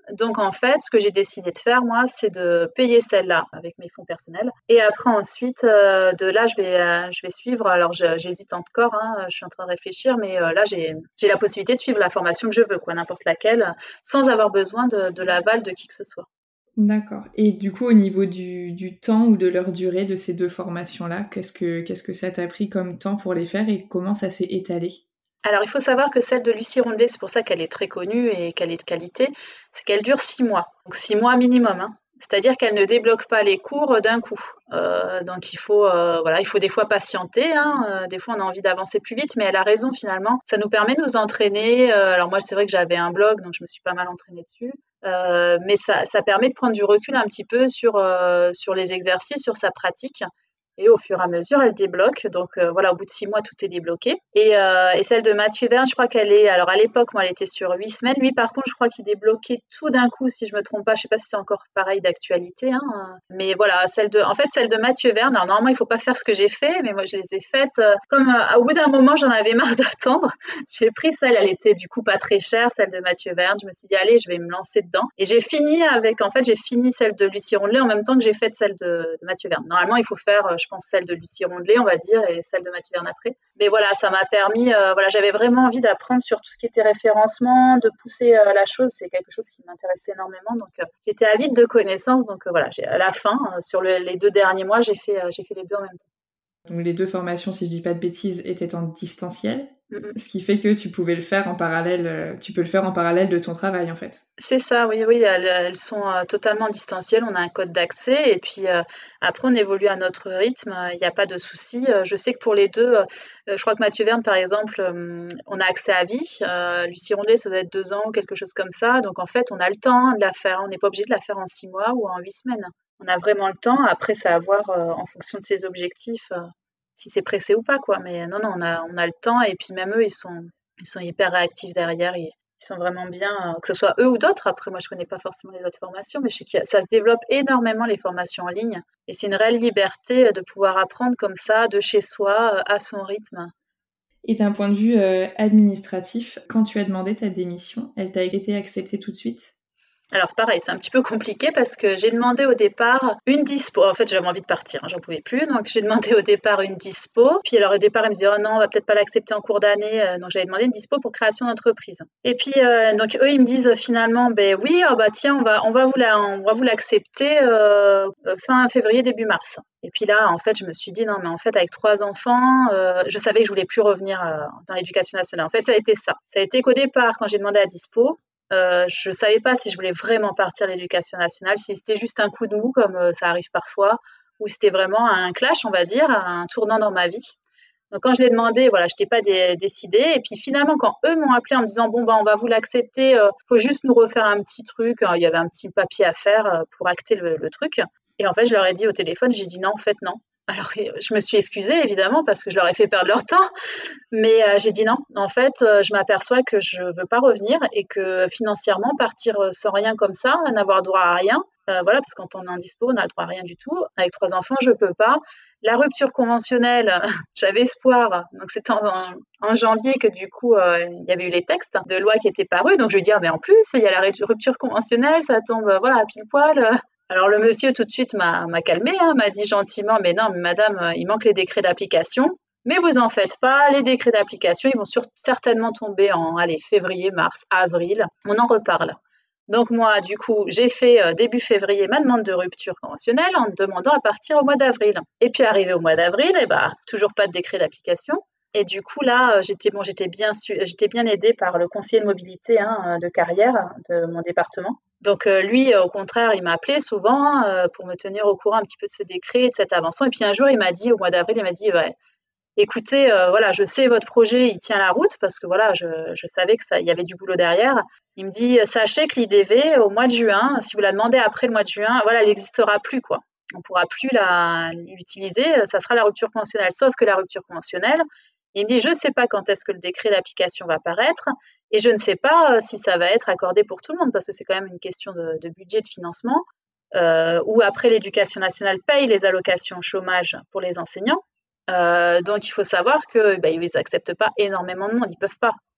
Donc, en fait, ce que j'ai décidé de faire, moi, c'est de payer celle-là avec mes fonds personnels. Et après, ensuite, euh, de là, je vais, euh, je vais suivre. Alors, je, j'hésite encore, hein, je suis en train de réfléchir, mais euh, là, j'ai, j'ai la possibilité de suivre la formation que je veux, quoi, n'importe laquelle, sans avoir besoin de, de l'aval de qui que ce soit. D'accord. Et du coup, au niveau du, du temps ou de leur durée de ces deux formations-là, qu'est-ce que, qu'est-ce que ça t'a pris comme temps pour les faire et comment ça s'est étalé? Alors, il faut savoir que celle de Lucie Rondelet, c'est pour ça qu'elle est très connue et qu'elle est de qualité, c'est qu'elle dure six mois. Donc, six mois minimum, hein. C'est-à-dire qu'elle ne débloque pas les cours d'un coup. Euh, donc, il faut, euh, voilà, il faut des fois patienter, hein. Euh, des fois, on a envie d'avancer plus vite, mais elle a raison finalement. Ça nous permet de nous entraîner. Euh, alors, moi, c'est vrai que j'avais un blog, donc je me suis pas mal entraînée dessus. Euh, mais ça, ça permet de prendre du recul un petit peu sur, euh, sur les exercices, sur sa pratique. Et au fur et à mesure, elle débloque. Donc euh, voilà, au bout de six mois, tout est débloqué. Et, euh, et celle de Mathieu Verne, je crois qu'elle est. Alors à l'époque, moi, elle était sur huit semaines. Lui, par contre, je crois qu'il débloquait tout d'un coup, si je me trompe pas. Je sais pas si c'est encore pareil d'actualité. Hein. Mais voilà, celle de. En fait, celle de Mathieu Verne. Alors normalement, il faut pas faire ce que j'ai fait, mais moi, je les ai faites. Euh, comme euh, au bout d'un moment, j'en avais marre d'attendre. J'ai pris celle. Elle était du coup pas très chère, celle de Mathieu Verne. Je me suis dit allez, je vais me lancer dedans. Et j'ai fini avec. En fait, j'ai fini celle de Lucie Rondelet en même temps que j'ai fait celle de, de Mathieu Verne. Normalement, il faut faire, je pense, celle de Lucie Rondelet, on va dire, et celle de Mathieu Verne après. Mais voilà, ça m'a permis, euh, voilà, j'avais vraiment envie d'apprendre sur tout ce qui était référencement, de pousser euh, la chose, c'est quelque chose qui m'intéressait énormément, donc euh, j'étais avide de connaissances, donc euh, voilà, j'ai, à la fin, euh, sur le, les deux derniers mois, j'ai fait, euh, j'ai fait les deux en même temps. Donc les deux formations, si je dis pas de bêtises, étaient en distanciel, Mm-hmm. ce qui fait que tu pouvais le faire en parallèle, euh, tu peux le faire en parallèle de ton travail en fait. C'est ça, oui, oui, elles, elles sont euh, totalement distancielles, on a un code d'accès et puis euh, après on évolue à notre rythme, il n'y a pas de souci. Euh, je sais que pour les deux, euh, je crois que Mathieu Verne par exemple, euh, on a accès à vie, euh, Lucie Rondelet ça doit être deux ans ou quelque chose comme ça, donc en fait on a le temps de la faire, on n'est pas obligé de la faire en six mois ou en huit semaines. On a vraiment le temps, après c'est à voir euh, en fonction de ses objectifs, euh, si c'est pressé ou pas quoi, mais non, non, on a, on a le temps et puis même eux ils sont, ils sont hyper réactifs derrière. Ils, Ils sont vraiment bien, euh, que ce soit eux ou d'autres. Après, moi, je connais pas forcément les autres formations, mais je sais que ça se développe énormément, les formations en ligne. Et c'est une réelle liberté de pouvoir apprendre comme ça, de chez soi, euh, à son rythme. Et d'un point de vue euh, administratif, quand tu as demandé ta démission, elle t'a été acceptée tout de suite? Alors pareil, c'est un petit peu compliqué parce que j'ai demandé au départ une dispo. En fait, j'avais envie de partir, hein, j'en pouvais plus. Donc j'ai demandé au départ une dispo. Puis alors au départ, ils me disaient oh non, on va peut-être pas l'accepter en cours d'année. Donc j'avais demandé une dispo pour création d'entreprise. Et puis euh, donc eux, ils me disent finalement ben oui, oh bah tiens, on va on va vous la, on va vous l'accepter euh, fin février début mars. Et puis là, en fait, je me suis dit non, mais en fait, avec trois enfants, euh, je savais que je voulais plus revenir euh, dans l'éducation nationale. En fait, ça a été ça. Ça a été qu'au départ, quand j'ai demandé à dispo. Euh, je savais pas si je voulais vraiment partir de l'éducation nationale, si c'était juste un coup de mou comme euh, ça arrive parfois, ou c'était vraiment un clash, on va dire, un tournant dans ma vie. Donc quand je l'ai demandé, voilà, je n'étais pas dé- décidée. Et puis finalement, quand eux m'ont appelé en me disant bon bah on va vous l'accepter, euh, faut juste nous refaire un petit truc. Il y avait un petit papier à faire euh, pour acter le, le truc. Et en fait, je leur ai dit au téléphone, j'ai dit non, en fait non. Alors je me suis excusée évidemment parce que je leur ai fait perdre leur temps. Mais euh, j'ai dit non. En fait, euh, je m'aperçois que je veux pas revenir et que financièrement, partir sans rien comme ça, n'avoir droit à rien, euh, voilà, parce que quand on est en dispo, on n'a le droit à rien du tout. Avec trois enfants, je peux pas. La rupture conventionnelle, j'avais espoir. Donc c'était en, en janvier que du coup, euh, il y avait eu les textes de loi qui étaient parus. Donc je lui dis ah, mais en plus, il y a la rupture conventionnelle, ça tombe euh, voilà à pile poil. Alors le monsieur tout de suite m'a, m'a calmé, hein, m'a dit gentiment mais non, mais madame, il manque les décrets d'application. Mais vous en faites pas, les décrets d'application, ils vont sur, certainement tomber en allez, février, mars, avril. On en reparle. Donc moi, du coup, j'ai fait euh, début février ma demande de rupture conventionnelle en me demandant à partir au mois d'avril. Et puis arrivé au mois d'avril, eh ben, toujours pas de décret d'application. Et du coup là, j'étais bon, j'étais bien, j'étais bien aidée par le conseiller de mobilité hein, de carrière de mon département. Donc euh, lui, au contraire, il m'a appelé souvent euh, pour me tenir au courant un petit peu de ce décret et de cet avancement. Et puis un jour, il m'a dit, au mois d'avril, il m'a dit, ouais, écoutez, euh, voilà, je sais votre projet, il tient la route parce que voilà, je, je savais que ça, il y avait du boulot derrière. Il me dit, sachez que l'I D V au mois de juin, si vous la demandez après le mois de juin, voilà, elle n'existera plus quoi. On ne pourra plus la, l'utiliser, ça sera la rupture conventionnelle. Sauf que la rupture conventionnelle, il me dit, je ne sais pas quand est-ce que le décret d'application va paraître et je ne sais pas si ça va être accordé pour tout le monde parce que c'est quand même une question de, de budget, de financement. Euh, où après l'éducation nationale paye les allocations chômage pour les enseignants. Euh, donc il faut savoir que bah, ils n'acceptent pas énormément de monde, ils peuvent pas.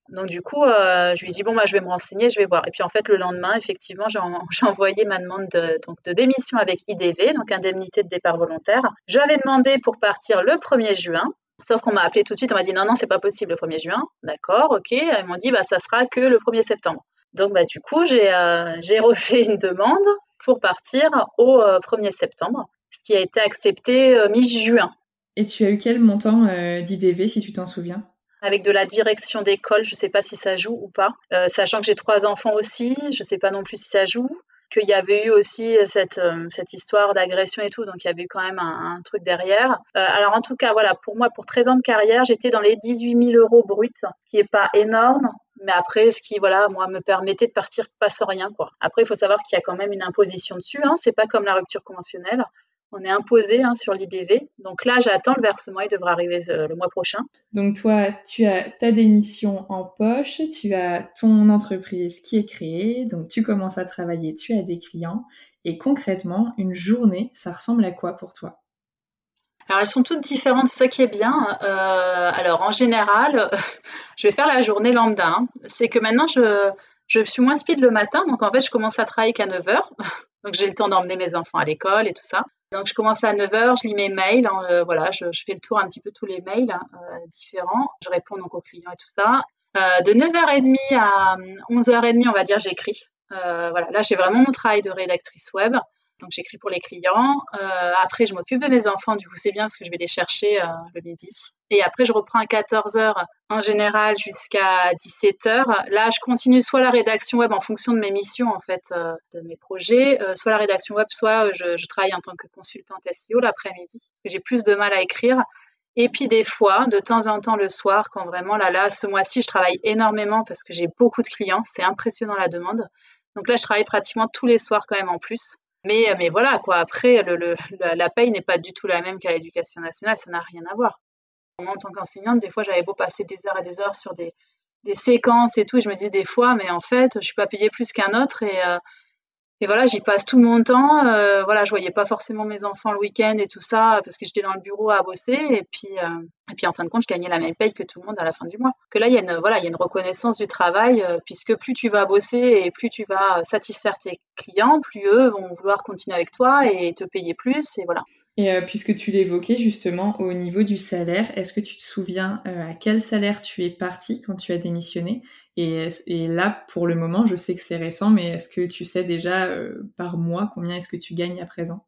Donc du coup, euh, je lui ai dit bon bah je vais me renseigner, je vais voir. Et puis en fait le lendemain, effectivement, j'ai, en- j'ai envoyé ma demande de, donc, de démission avec I D V, donc indemnité de départ volontaire. J'avais demandé pour partir le premier juin. Sauf qu'on m'a appelé tout de suite, on m'a dit non, non, c'est pas possible le premier juin. D'accord, ok. Ils m'ont dit bah ça sera que le premier septembre. Donc bah du coup, j'ai, euh, j'ai refait une demande pour partir au euh, premier septembre, ce qui a été accepté euh, mi-juin. Et tu as eu quel montant euh, d'I D V, si tu t'en souviens? Avec de la direction d'école, je ne sais pas si ça joue ou pas. Euh, sachant que j'ai trois enfants aussi, je ne sais pas non plus si ça joue. Qu'il y avait eu aussi cette, euh, cette histoire d'agression et tout, donc il y avait eu quand même un, un truc derrière. Euh, alors en tout cas, voilà, pour moi, pour treize ans de carrière, j'étais dans les dix-huit mille euros bruts, ce qui n'est pas énorme, mais après, ce qui, voilà, moi, me permettait de partir pas sans rien, quoi. Après, il faut savoir qu'il y a quand même une imposition dessus, hein, c'est pas comme la rupture conventionnelle. On est imposé hein, sur l'I D V. Donc là, j'attends le versement, il devrait arriver euh, le mois prochain. Donc toi, tu as ta démission en poche, tu as ton entreprise qui est créée, donc tu commences à travailler, tu as des clients, et concrètement, une journée, ça ressemble à quoi pour toi? Alors elles sont toutes différentes, c'est ça qui est bien. Euh, alors en général, je vais faire la journée lambda, hein. C'est que maintenant je, je suis moins speed le matin, donc en fait je commence à travailler qu'à neuf heures. Donc j'ai le temps d'emmener mes enfants à l'école et tout ça. Donc je commence à neuf heures, je lis mes mails, hein, euh, voilà, je, je fais le tour un petit peu tous les mails hein, euh, différents. Je réponds donc aux clients et tout ça. Euh, de neuf heures trente à onze heures trente, on va dire, j'écris. Euh, voilà, là j'ai vraiment mon travail de rédactrice web. Donc j'écris pour les clients. Euh, après, je m'occupe de mes enfants. Du coup, c'est bien parce que je vais les chercher euh, le midi. Et après, je reprends à quatorze heures en général jusqu'à dix-sept heures. Là, je continue soit la rédaction web en fonction de mes missions, en fait, euh, de mes projets, euh, soit la rédaction web, soit euh, je, je travaille en tant que consultante S E O l'après-midi. J'ai plus de mal à écrire. Et puis des fois, de temps en temps le soir, quand vraiment, là, là, ce mois-ci, je travaille énormément parce que j'ai beaucoup de clients. C'est impressionnant la demande. Donc là, je travaille pratiquement tous les soirs quand même en plus. Mais, mais voilà, quoi. Après, le, le, la, la paye n'est pas du tout la même qu'à l'éducation nationale, ça n'a rien à voir. Moi, en tant qu'enseignante, des fois, j'avais beau passer des heures et des heures sur des, des séquences et tout, et je me disais des fois, mais en fait, je suis pas payée plus qu'un autre, et, euh, et voilà, j'y passe tout mon temps. Euh, voilà, je voyais pas forcément mes enfants le week-end et tout ça, parce que j'étais dans le bureau à bosser, et puis, euh, et puis en fin de compte, je gagnais la même paye que tout le monde à la fin du mois. Que là, il y a une, voilà, il y a une reconnaissance du travail, euh, puisque plus tu vas bosser et plus tu vas satisfaire tes clients, plus eux vont vouloir continuer avec toi et te payer plus, et voilà. Et euh, puisque tu l'évoquais justement au niveau du salaire, est-ce que tu te souviens euh, à quel salaire tu es partie quand tu as démissionné? et, et là, pour le moment, je sais que c'est récent, mais est-ce que tu sais déjà euh, par mois combien est-ce que tu gagnes à présent?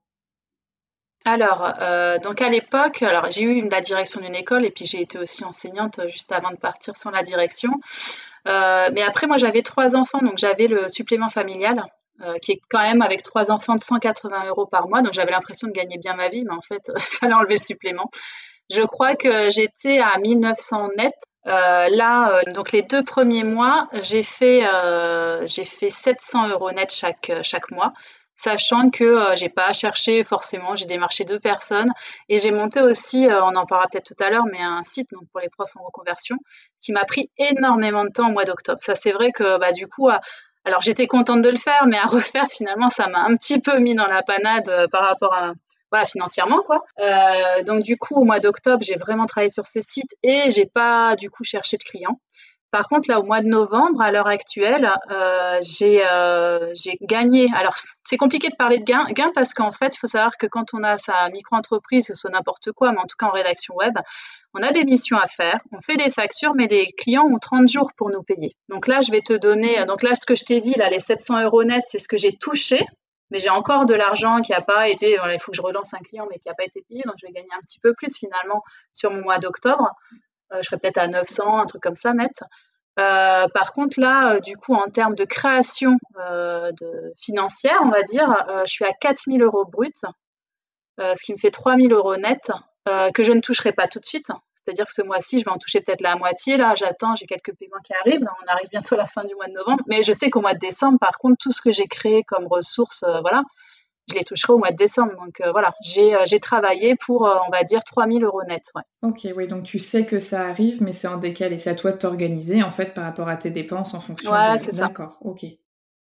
Alors, euh, donc à l'époque, alors j'ai eu la direction d'une école et puis j'ai été aussi enseignante juste avant de partir sans la direction. Euh, mais après, moi, j'avais trois enfants, donc j'avais le supplément familial, euh, qui est quand même avec trois enfants de cent quatre-vingts euros par mois. Donc j'avais l'impression de gagner bien ma vie, mais en fait, il fallait enlever le supplément. Je crois que j'étais à mille neuf cents net. Euh, là, euh, donc les deux premiers mois, j'ai fait, euh, j'ai fait sept cents euros net chaque, chaque mois, sachant que euh, j'ai pas cherché forcément, j'ai démarché deux personnes et j'ai monté aussi, euh, on en parlera peut-être tout à l'heure, mais un site donc pour les profs en reconversion qui m'a pris énormément de temps au mois d'octobre. Ça, c'est vrai que bah, du coup, à, alors j'étais contente de le faire, mais à refaire finalement, ça m'a un petit peu mis dans la panade euh, par rapport à voilà, financièrement, quoi. Euh, donc, du coup, au mois d'octobre, j'ai vraiment travaillé sur ce site et j'ai pas, du coup, cherché de clients. Par contre, là, au mois de novembre, à l'heure actuelle, euh, j'ai, euh, j'ai gagné. Alors, c'est compliqué de parler de gain, gain parce qu'en fait, il faut savoir que quand on a sa micro-entreprise, que ce soit n'importe quoi, mais en tout cas en rédaction web, on a des missions à faire, on fait des factures, mais les clients ont trente jours pour nous payer. Donc là, je vais te donner, donc là, ce que je t'ai dit, là, les sept cents euros net, c'est ce que j'ai touché. Mais j'ai encore de l'argent qui n'a pas été, il faut que je relance un client, mais qui n'a pas été payé, donc je vais gagner un petit peu plus finalement sur mon mois d'octobre. Euh, je serai peut-être à neuf cents, un truc comme ça net. Euh, par contre, là, euh, du coup, en termes de création euh, de financière, on va dire, euh, je suis à quatre mille euros brut, euh, ce qui me fait trois mille euros net, euh, que je ne toucherai pas tout de suite. C'est-à-dire que ce mois-ci, je vais en toucher peut-être la moitié. Là, j'attends, j'ai quelques paiements qui arrivent. Là, on arrive bientôt à la fin du mois de novembre. Mais je sais qu'au mois de décembre, par contre, tout ce que j'ai créé comme ressources, euh, voilà, je les toucherai au mois de décembre. Donc euh, voilà, j'ai, euh, j'ai travaillé pour, euh, on va dire, trois mille euros net. Ouais. Ok, oui, donc tu sais que ça arrive, mais c'est en décalé. C'est à toi de t'organiser, en fait, par rapport à tes dépenses en fonction Ouais, de... c'est ça. D'accord, ok.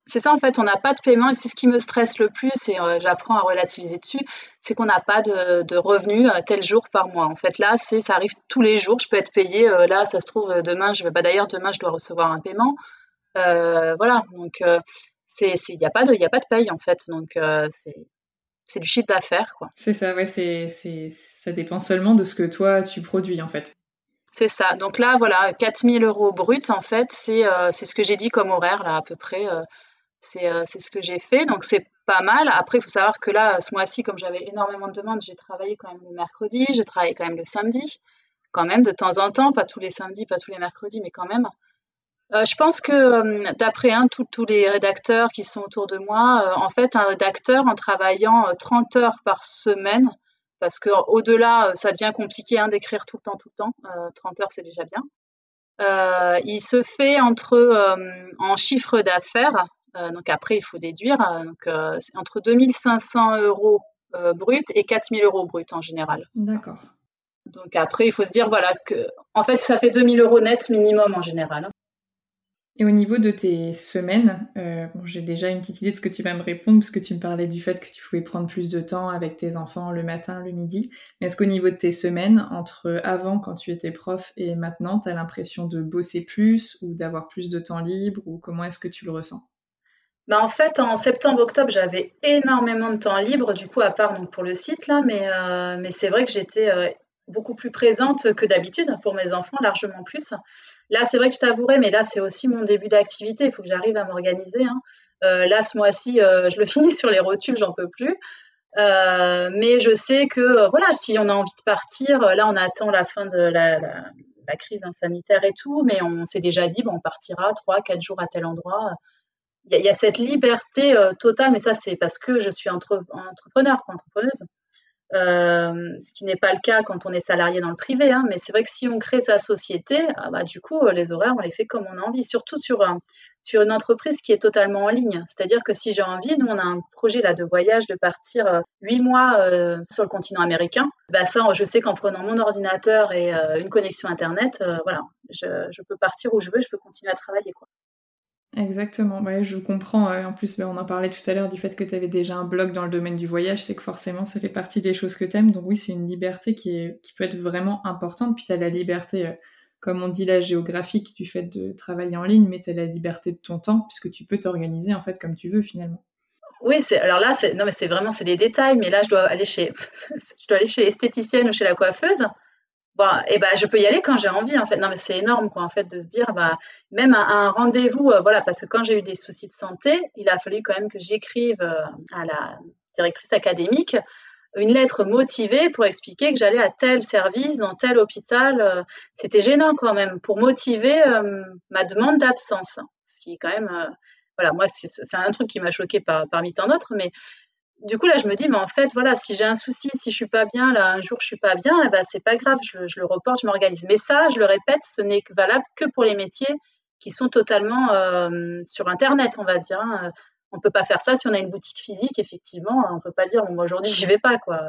C'est ça, en fait, on n'a pas de paiement et c'est ce qui me stresse le plus et euh, j'apprends à relativiser dessus, c'est qu'on n'a pas de, de revenus euh, tel jour par mois. En fait, là, c'est, ça arrive tous les jours, je peux être payée. Euh, là, ça se trouve, euh, demain, je vais, bah, d'ailleurs, demain, je dois recevoir un paiement. Euh, voilà, donc euh, c'est, c'est, il n'y a pas de, il y a pas de paye, en fait. Donc, euh, c'est, c'est du chiffre d'affaires, quoi. C'est ça, ouais, c'est, c'est, ça dépend seulement de ce que toi, tu produis, en fait. C'est ça. Donc là, voilà, quatre mille euros brut, en fait, c'est, euh, c'est ce que j'ai dit comme horaire, là, à peu près. euh, C'est, heu, c'est ce que j'ai fait, donc c'est pas mal. Après, il faut savoir que là, ce mois-ci, comme j'avais énormément de demandes, j'ai travaillé quand même le mercredi, j'ai travaillé quand même le samedi, quand même de temps en temps, pas tous les samedis, pas tous les mercredis, mais quand même. Heu, je pense que, hem, d'après, hein, tous tous les rédacteurs qui sont autour de moi, heu, en fait, un rédacteur en travaillant, heu, trente heures par semaine, parce qu'au-delà, heu, ça devient compliqué, hein, d'écrire tout le temps, tout le temps, heu, trente heures, c'est déjà bien. Heu, il se fait entre, hem, en chiffre d'affaires, heu, donc après il faut déduire, heu, donc heu, c'est entre deux mille cinq cents euros € brut et quatre mille euros brut en général, c'est ça. D'accord. Donc après il faut se dire voilà que en fait ça fait deux mille euros net minimum en général, hein. Et au niveau de tes semaines, heu, bon, j'ai déjà une petite idée de ce que tu vas me répondre, parce que tu me parlais du fait que tu pouvais prendre plus de temps avec tes enfants le matin, le midi. Mais est-ce qu'au niveau de tes semaines, entre avant quand tu étais prof et maintenant, tu as l'impression de bosser plus ou d'avoir plus de temps libre ou comment est-ce que tu le ressens? Bah, en fait en septembre-octobre j'avais énormément de temps libre du coup à part donc pour le site là, mais heu, mais c'est vrai que j'étais, heu, beaucoup plus présente que d'habitude pour mes enfants, largement plus. Là, c'est vrai que je t'avouerai, mais là, c'est aussi mon début d'activité. Il faut que j'arrive à m'organiser, hein. Heu, là, ce mois-ci, heu, je le finis sur les rotules, j'en peux plus. Heu, mais je sais que, heu, voilà, si on a envie de partir, heu, là, on attend la fin de la la la crise, hein, sanitaire et tout, mais on s'est déjà dit: «Bon, on partira trois, quatre jours à tel endroit». Il y a il y a cette liberté, heu, totale, mais ça, c'est parce que je suis entre entrepreneur, quoi, entrepreneuse. Hem, ce qui n'est pas le cas quand on est salarié dans le privé, hein, mais c'est vrai que si on crée sa société, ah bah, du coup, heu, les horaires, on les fait comme on a envie. Surtout sur un sur une entreprise qui est totalement en ligne. C'est-à-dire que si j'ai envie, nous, on a un projet là de voyage, de partir, heu, huit mois, heu, sur le continent américain. Bah, ça, je sais qu'en prenant mon ordinateur et heu, une connexion internet, heu, voilà, je je peux partir où je veux, je peux continuer à travailler, quoi. Exactement, ouais, je comprends, heu, en plus, bah, on en parlait tout à l'heure du fait que tu avais déjà un blog dans le domaine du voyage, c'est que forcément ça fait partie des choses que tu aimes, donc oui, c'est une liberté qui est qui peut être vraiment importante. Puis tu as la liberté, heu, comme on dit là, géographique du fait de travailler en ligne, mais tu as la liberté de ton temps puisque tu peux t'organiser en fait comme tu veux finalement. Oui, c'est alors là, c'est non, mais c'est vraiment c'est des détails, mais là, je dois aller chez je dois aller chez l'esthéticienne ou chez la coiffeuse. Bon et ben, je peux y aller quand j'ai envie, en fait. Non, mais c'est énorme, quoi, en fait, de se dire, bah, même un un rendez-vous, heu, voilà, parce que quand j'ai eu des soucis de santé, il a fallu quand même que j'écrive, heu, à la directrice académique, une lettre motivée pour expliquer que j'allais à tel service, dans tel hôpital, heu, c'était gênant quand même, pour motiver, hem, ma demande d'absence. Ce qui est quand même, heu, voilà, moi, c'est c'est un truc qui m'a choquée par parmi tant d'autres, mais du coup, là, je me dis: «Mais en fait, voilà, si j'ai un souci, si je suis pas bien, là, un jour, je suis pas bien et bah, c'est pas grave, je je le reporte, je m'organise». Mais ça, je le répète, ce n'est que valable que pour les métiers qui sont totalement, hem, sur internet, on va dire, hein, heu. On peut pas faire ça si on a une boutique physique, effectivement, on peut pas dire: «Bon, bah, aujourd'hui, j'y vais pas», quoi.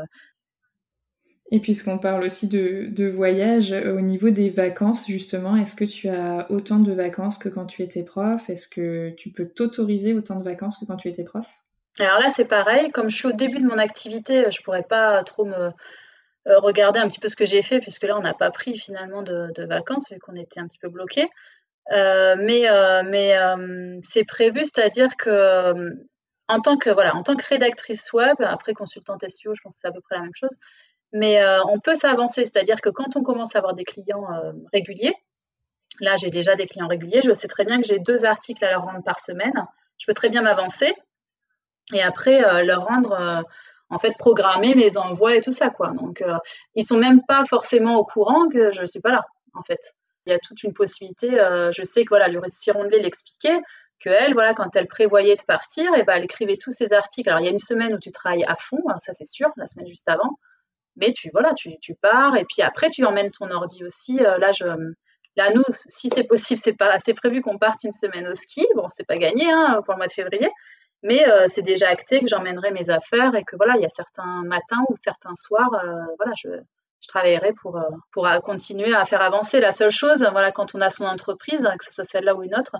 Et puisqu'on parle aussi de de voyage, heu, au niveau des vacances justement, est-ce que tu as autant de vacances que quand tu étais prof? Est-ce que tu peux t'autoriser autant de vacances que quand tu étais prof? Alors là, c'est pareil, comme je suis au début de mon activité, je pourrais pas trop me, heu, regarder un petit peu ce que j'ai fait puisque là, on n'a pas pris finalement de de vacances vu qu'on était un petit peu bloqués. Heu, mais heu, mais hem, c'est prévu, c'est-à-dire que, hem, en tant que voilà, en tant que rédactrice web, après consultante S E O, je pense que c'est à peu près la même chose, mais heu, on peut s'avancer. C'est-à-dire que quand on commence à avoir des clients, heu, réguliers, là, j'ai déjà des clients réguliers, je sais très bien que j'ai deux articles à leur rendre par semaine. Je peux très bien m'avancer et après, heu, leur rendre, heu, en fait, programmer mes envois et tout ça, quoi. Donc heu, ils sont même pas forcément au courant que je suis pas là, en fait. Il y a toute une possibilité, heu, je sais que, voilà, Lucie Rondelet l'expliquait, qu'elle, voilà, quand elle prévoyait de partir et ben, elle écrivait tous ses articles. Alors il y a une semaine où tu travailles à fond, hein, ça c'est sûr, la semaine juste avant, mais tu voilà, tu tu pars et puis après tu emmènes ton ordi aussi, heu, là je là nous, si c'est possible, c'est pas c'est prévu qu'on parte une semaine au ski. Bon, c'est pas gagné, hein, pour le mois de février, mais heu, c'est déjà acté que j'emmènerai mes affaires et que voilà, il y a certains matins ou certains soirs, heu, voilà, je je travaillerai pour, heu, pour, heu, continuer à faire avancer. La seule chose, voilà, quand on a son entreprise, que ce soit celle-là ou une autre,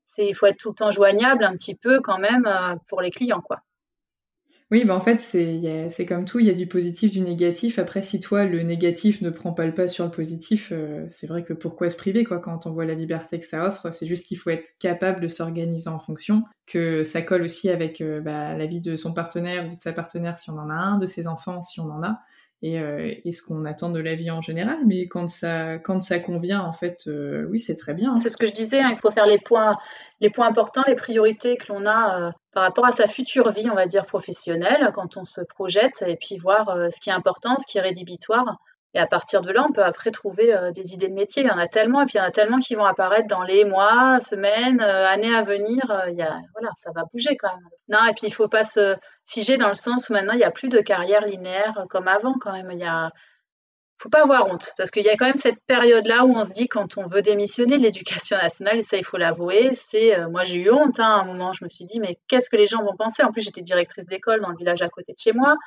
c'est, il faut être tout le temps joignable un petit peu quand même euh, pour les clients, quoi. Oui, bah en fait, c'est, y a, c'est comme tout, il y a du positif, du négatif. Après, si toi, le négatif ne prend pas le pas sur le positif, euh, c'est vrai que pourquoi se priver, quoi, quand on voit la liberté que ça offre, c'est juste qu'il faut être capable de s'organiser en fonction, que ça colle aussi avec euh, bah, la vie de son partenaire ou de sa partenaire si on en a un, de ses enfants si on en a, et, euh, et ce qu'on attend de la vie en général. Mais quand ça, quand ça convient, en fait, euh, oui, c'est très bien. Hein. C'est ce que je disais, hein, il faut faire les points, les points importants, les priorités que l'on a euh, par rapport à sa future vie, on va dire, professionnelle, quand on se projette, et puis voir euh, ce qui est important, ce qui est rédhibitoire. Et à partir de là, on peut après trouver euh, des idées de métier. Il y en a tellement, et puis il y en a tellement qui vont apparaître dans les mois, semaines, euh, années à venir. Euh, il y a, voilà, ça va bouger quand même. Non, et puis il ne faut pas se figer dans le sens où maintenant, il n'y a plus de carrière linéaire comme avant quand même. Il y a faut pas avoir honte, parce qu'il y a quand même cette période-là où on se dit quand on veut démissionner de l'éducation nationale, et ça il faut l'avouer, c'est euh, moi j'ai eu honte, hein, à un moment je me suis dit mais qu'est-ce que les gens vont penser? En plus j'étais directrice d'école dans le village à côté de chez moi.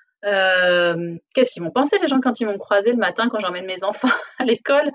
Euh, qu'est-ce qu'ils vont penser les gens quand ils vont me croiser le matin quand j'emmène mes enfants à l'école?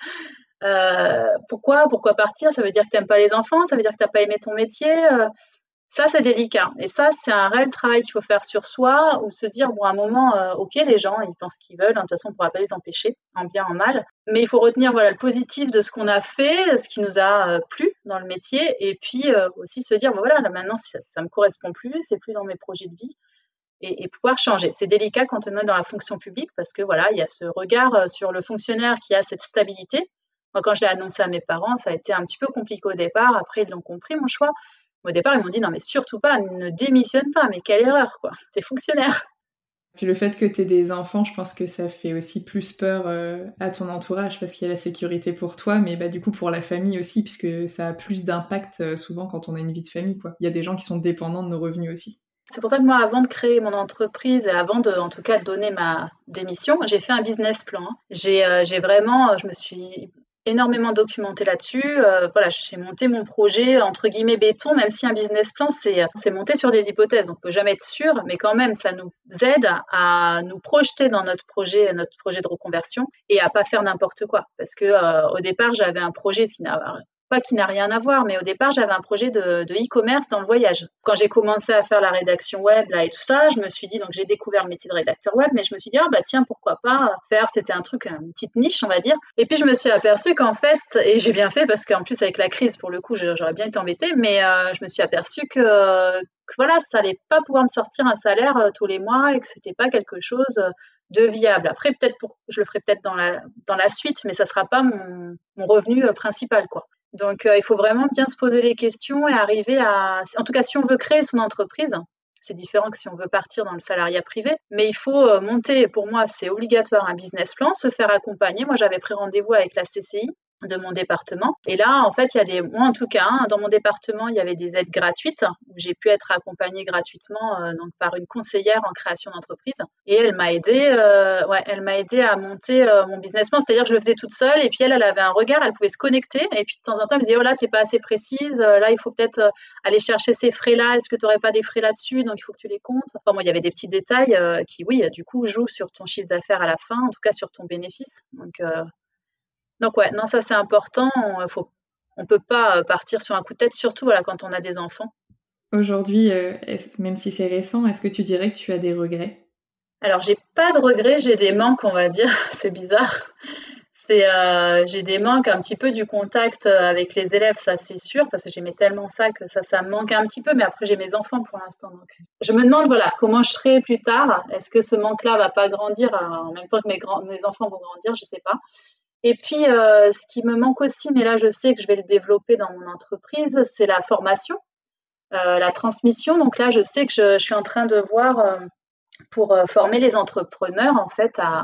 Euh, pourquoi pourquoi partir? Ça veut dire que t'aimes pas les enfants? Ça veut dire que t'as pas aimé ton métier? Euh, ça, c'est délicat. Et ça, c'est un réel travail qu'il faut faire sur soi, ou se dire, bon, à un moment, euh, ok, les gens, ils pensent ce qu'ils veulent. De toute façon, on ne pourra pas les empêcher, en bien, en mal. Mais il faut retenir voilà, le positif de ce qu'on a fait, ce qui nous a euh, plu dans le métier. Et puis euh, aussi se dire, bon, voilà, là, maintenant, ça ne me correspond plus, c'est plus dans mes projets de vie. Et, et pouvoir changer. C'est délicat quand on est dans la fonction publique, parce que voilà, il y a ce regard sur le fonctionnaire qui a cette stabilité. Moi, quand je l'ai annoncé à mes parents, ça a été un petit peu compliqué au départ. Après, ils l'ont compris, mon choix. Au départ, ils m'ont dit non, mais surtout pas, ne démissionne pas, mais quelle erreur, quoi. T'es fonctionnaire. Puis le fait que t'aies des enfants, je pense que ça fait aussi plus peur euh, à ton entourage parce qu'il y a la sécurité pour toi, mais bah du coup pour la famille aussi, puisque ça a plus d'impact euh, souvent quand on a une vie de famille, quoi. Il y a des gens qui sont dépendants de nos revenus aussi. C'est pour ça que moi, avant de créer mon entreprise et avant de, en tout cas, de donner ma démission, j'ai fait un business plan. J'ai, euh, j'ai vraiment, je me suis énormément documentée là-dessus. Euh, voilà, j'ai monté mon projet entre guillemets béton, même si un business plan, c'est, c'est monté sur des hypothèses. On peut jamais être sûr, mais quand même, ça nous aide à nous projeter dans notre projet, notre projet de reconversion et à pas faire n'importe quoi. Parce que euh, au départ, j'avais un projet, ce qui n'a pas qui n'a rien à voir, mais au départ, j'avais un projet de, de e-commerce dans le voyage. Quand j'ai commencé à faire la rédaction web là et tout ça, je me suis dit, donc j'ai découvert le métier de rédacteur web, mais je me suis dit, ah bah tiens, pourquoi pas faire, c'était un truc, une petite niche, on va dire. Et puis je me suis aperçue qu'en fait, et j'ai bien fait, parce qu'en plus avec la crise, pour le coup, j'aurais bien été embêtée, mais euh, je me suis aperçue que, que voilà, ça allait pas pouvoir me sortir un salaire euh, tous les mois et que c'était pas quelque chose de viable. Après, peut-être pour, je le ferai peut-être dans la, dans la suite, mais ça sera pas mon, mon revenu euh, principal, quoi. Donc, euh, il faut vraiment bien se poser les questions et arriver à... En tout cas, si on veut créer son entreprise, c'est différent que si on veut partir dans le salariat privé, mais il faut euh, monter, pour moi, c'est obligatoire, un business plan, se faire accompagner. Moi, j'avais pris rendez-vous avec la C C I de mon département. Et là, en fait, il y a des... Moi, en tout cas, hein, dans mon département, il y avait des aides gratuites où j'ai pu être accompagnée gratuitement euh, donc par une conseillère en création d'entreprise. Et elle m'a aidée, euh, ouais, elle m'a aidée à monter euh, mon business plan. C'est-à-dire que je le faisais toute seule. Et puis elle, elle avait un regard, elle pouvait se connecter. Et puis de temps en temps, elle me disait, oh là, t'es pas assez précise. Là, il faut peut-être euh, aller chercher ces frais-là. Est-ce que tu n'aurais pas des frais là-dessus? Donc, il faut que tu les comptes. Enfin, moi, il y avait des petits détails euh, qui, oui, du coup, jouent sur ton chiffre d'affaires à la fin, en tout cas sur ton bénéfice. Donc, euh, donc ouais, non, ça c'est important. On faut, on peut pas partir sur un coup de tête, surtout voilà, quand on a des enfants. Aujourd'hui, euh, même si c'est récent, est-ce que tu dirais que tu as des regrets? Alors j'ai pas de regrets, j'ai des manques, on va dire. C'est bizarre. C'est, euh, j'ai des manques un petit peu du contact avec les élèves, ça c'est sûr, parce que j'aimais tellement ça que ça, ça me manque un petit peu. Mais après j'ai mes enfants pour l'instant, donc je me demande voilà comment je serai plus tard. Est-ce que ce manque-là va pas grandir en même temps que mes, grands, mes enfants vont grandir? Je sais pas. Et puis, euh, ce qui me manque aussi, mais là, je sais que je vais le développer dans mon entreprise, c'est la formation, euh, la transmission. Donc là, je sais que je, je suis en train de voir euh, pour euh, former les entrepreneurs, en fait, à,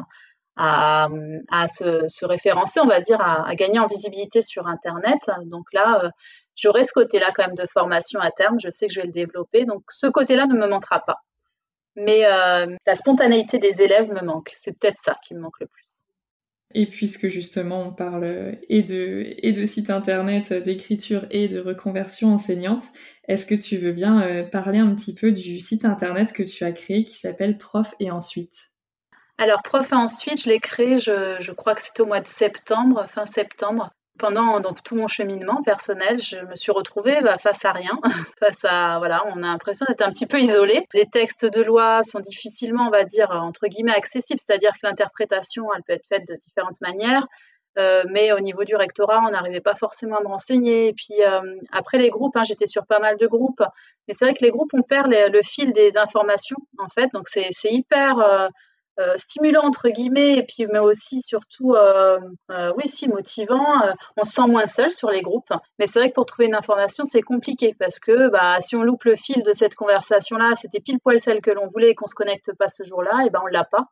à, à se, se référencer, on va dire, à, à gagner en visibilité sur Internet. Donc là, euh, j'aurai ce côté-là quand même de formation à terme. Je sais que je vais le développer. Donc, ce côté-là ne me manquera pas. Mais euh, la spontanéité des élèves me manque. C'est peut-être ça qui me manque le plus. Et puisque justement on parle et de, et de site internet, d'écriture et de reconversion enseignante, est-ce que tu veux bien euh, parler un petit peu du site internet que tu as créé qui s'appelle Prof et ensuite? Alors, Prof et ensuite, je l'ai créé, je, je crois que c'était au mois de septembre, fin septembre. Pendant donc tout mon cheminement personnel, je me suis retrouvée bah, face à rien, face à voilà, on a l'impression d'être un petit peu isolé. Les textes de loi sont difficilement, on va dire, entre guillemets, accessibles, c'est-à-dire que l'interprétation, elle peut être faite de différentes manières. Euh, mais au niveau du rectorat, on n'arrivait pas forcément à me renseigner. Et puis euh, après les groupes, hein, j'étais sur pas mal de groupes, mais c'est vrai que les groupes, on perd les, le fil des informations en fait, donc c'est, c'est hyper euh, euh, stimulant entre guillemets, et puis mais aussi surtout, euh, euh, oui, si motivant. Euh, on se sent moins seul sur les groupes, mais c'est vrai que pour trouver une information, c'est compliqué parce que bah si on loupe le fil de cette conversation-là, c'était pile poil celle que l'on voulait et qu'on se connecte pas ce jour-là, et ben on l'a pas.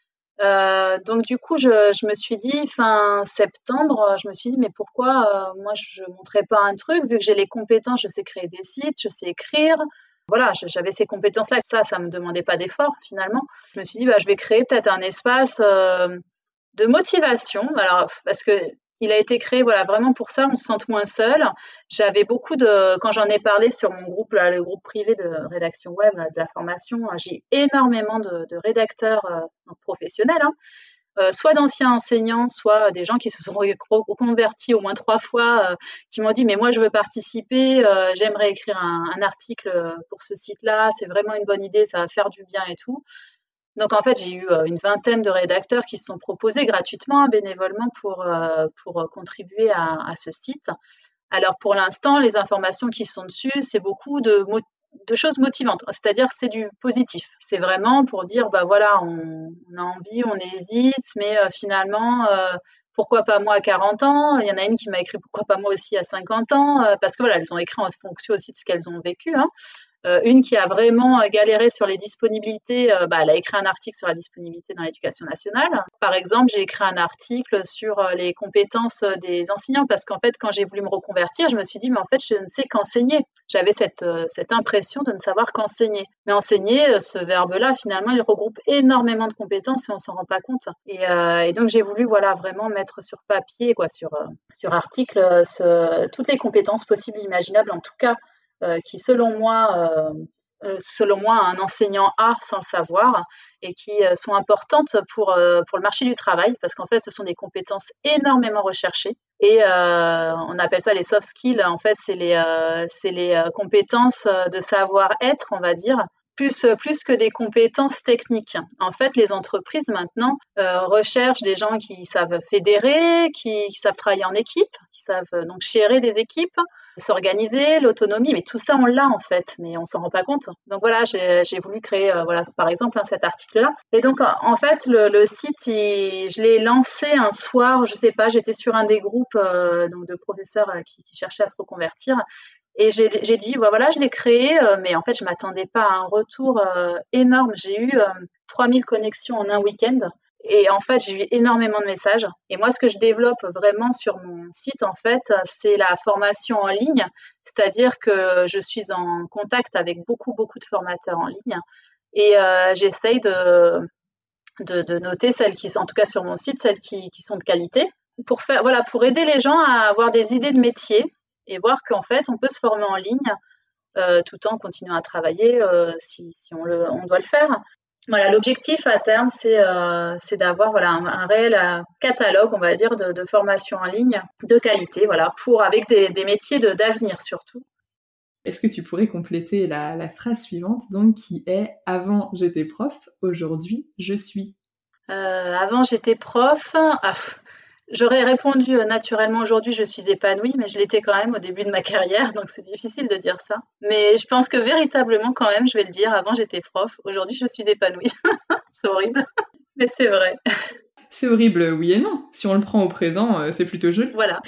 Euh, donc du coup, je, je me suis dit, fin septembre, je me suis dit, mais pourquoi euh, moi je ne montrais pas un truc, vu que j'ai les compétences, je sais créer des sites, je sais écrire. Voilà, j'avais ces compétences-là, ça, ça me demandait pas d'effort finalement. Je me suis dit, bah, je vais créer peut-être un espace euh, de motivation. Alors, parce que il a été créé voilà vraiment pour ça, on se sente moins seul. J'avais beaucoup de quand j'en ai parlé sur mon groupe là, le groupe privé de rédaction web là, de la formation, j'ai eu énormément de, de rédacteurs euh, donc professionnels, hein, euh, soit d'anciens enseignants, soit des gens qui se sont reconvertis au moins trois fois, euh, qui m'ont dit mais moi je veux participer, euh, j'aimerais écrire un, un article pour ce site-là, c'est vraiment une bonne idée, ça va faire du bien et tout. Donc en fait, j'ai eu euh, une vingtaine de rédacteurs qui se sont proposés gratuitement, bénévolement pour, euh, pour contribuer à, à ce site. Alors pour l'instant, les informations qui sont dessus, c'est beaucoup de, mo- de choses motivantes, c'est-à-dire c'est du positif. C'est vraiment pour dire, bah voilà, on, on a envie, on hésite, mais euh, finalement, euh, pourquoi pas moi à quarante ans? Il y en a une qui m'a écrit pourquoi pas moi aussi à cinquante ans, euh, parce que voilà, elles ont écrit en fonction aussi de ce qu'elles ont vécu, hein. Euh, une qui a vraiment galéré sur les disponibilités, euh, bah, elle a écrit un article sur la disponibilité dans l'éducation nationale. Par exemple, j'ai écrit un article sur euh, les compétences des enseignants parce qu'en fait, quand j'ai voulu me reconvertir, je me suis dit, mais en fait, je ne sais qu'enseigner. J'avais cette, euh, cette impression de ne savoir qu'enseigner. Mais enseigner, euh, ce verbe-là, finalement, il regroupe énormément de compétences et on s'en rend pas compte. Et, euh, et donc, j'ai voulu voilà, vraiment mettre sur papier, quoi, sur, euh, sur article, euh, ce, toutes les compétences possibles et imaginables, en tout cas, euh, qui, selon moi, euh, euh, selon moi, un enseignant a sans le savoir et qui euh, sont importantes pour, euh, pour le marché du travail parce qu'en fait, ce sont des compétences énormément recherchées et euh, on appelle ça les soft skills. En fait, c'est les, euh, c'est les euh, compétences de savoir-être, on va dire, plus, plus que des compétences techniques. En fait, les entreprises maintenant euh, recherchent des gens qui savent fédérer, qui, qui savent travailler en équipe, qui savent euh, donc gérer des équipes, s'organiser, l'autonomie, mais tout ça on l'a en fait, mais on s'en rend pas compte. Donc voilà, j'ai, j'ai voulu créer, euh, voilà, par exemple, hein, cet article-là. Et donc en fait, le, le site, il, je l'ai lancé un soir, je sais pas, j'étais sur un des groupes euh, donc de professeurs euh, qui, qui cherchaient à se reconvertir. Et j'ai, j'ai dit, bah voilà, je l'ai créé, euh, mais en fait, je m'attendais pas à un retour euh, énorme. J'ai eu euh, trois mille connexions en un week-end. Et en fait, j'ai eu énormément de messages. Et moi, ce que je développe vraiment sur mon site, en fait, c'est la formation en ligne. C'est-à-dire que je suis en contact avec beaucoup, beaucoup de formateurs en ligne. Et euh, j'essaye de, de, de noter celles qui sont, en tout cas sur mon site, celles qui, qui sont de qualité, pour faire, voilà, pour aider les gens à avoir des idées de métier et voir qu'en fait, on peut se former en ligne euh, tout en continuant à travailler euh, si, si on, le, on doit le faire. Voilà, l'objectif à terme, c'est, euh, c'est d'avoir voilà, un, un réel euh, catalogue, on va dire, de, de formation en ligne de qualité, voilà, pour, avec des, des métiers de, d'avenir surtout. Est-ce que tu pourrais compléter la, la phrase suivante, donc, qui est « Avant, j'étais prof, aujourd'hui, je suis ». Euh, avant, j'étais prof. Ah, j'aurais répondu euh, naturellement aujourd'hui, je suis épanouie, mais je l'étais quand même au début de ma carrière, donc c'est difficile de dire ça. Mais je pense que véritablement, quand même, je vais le dire, avant, j'étais prof, aujourd'hui, je suis épanouie. C'est horrible, mais c'est vrai. C'est horrible, oui et non. Si on le prend au présent, euh, c'est plutôt joli. Voilà.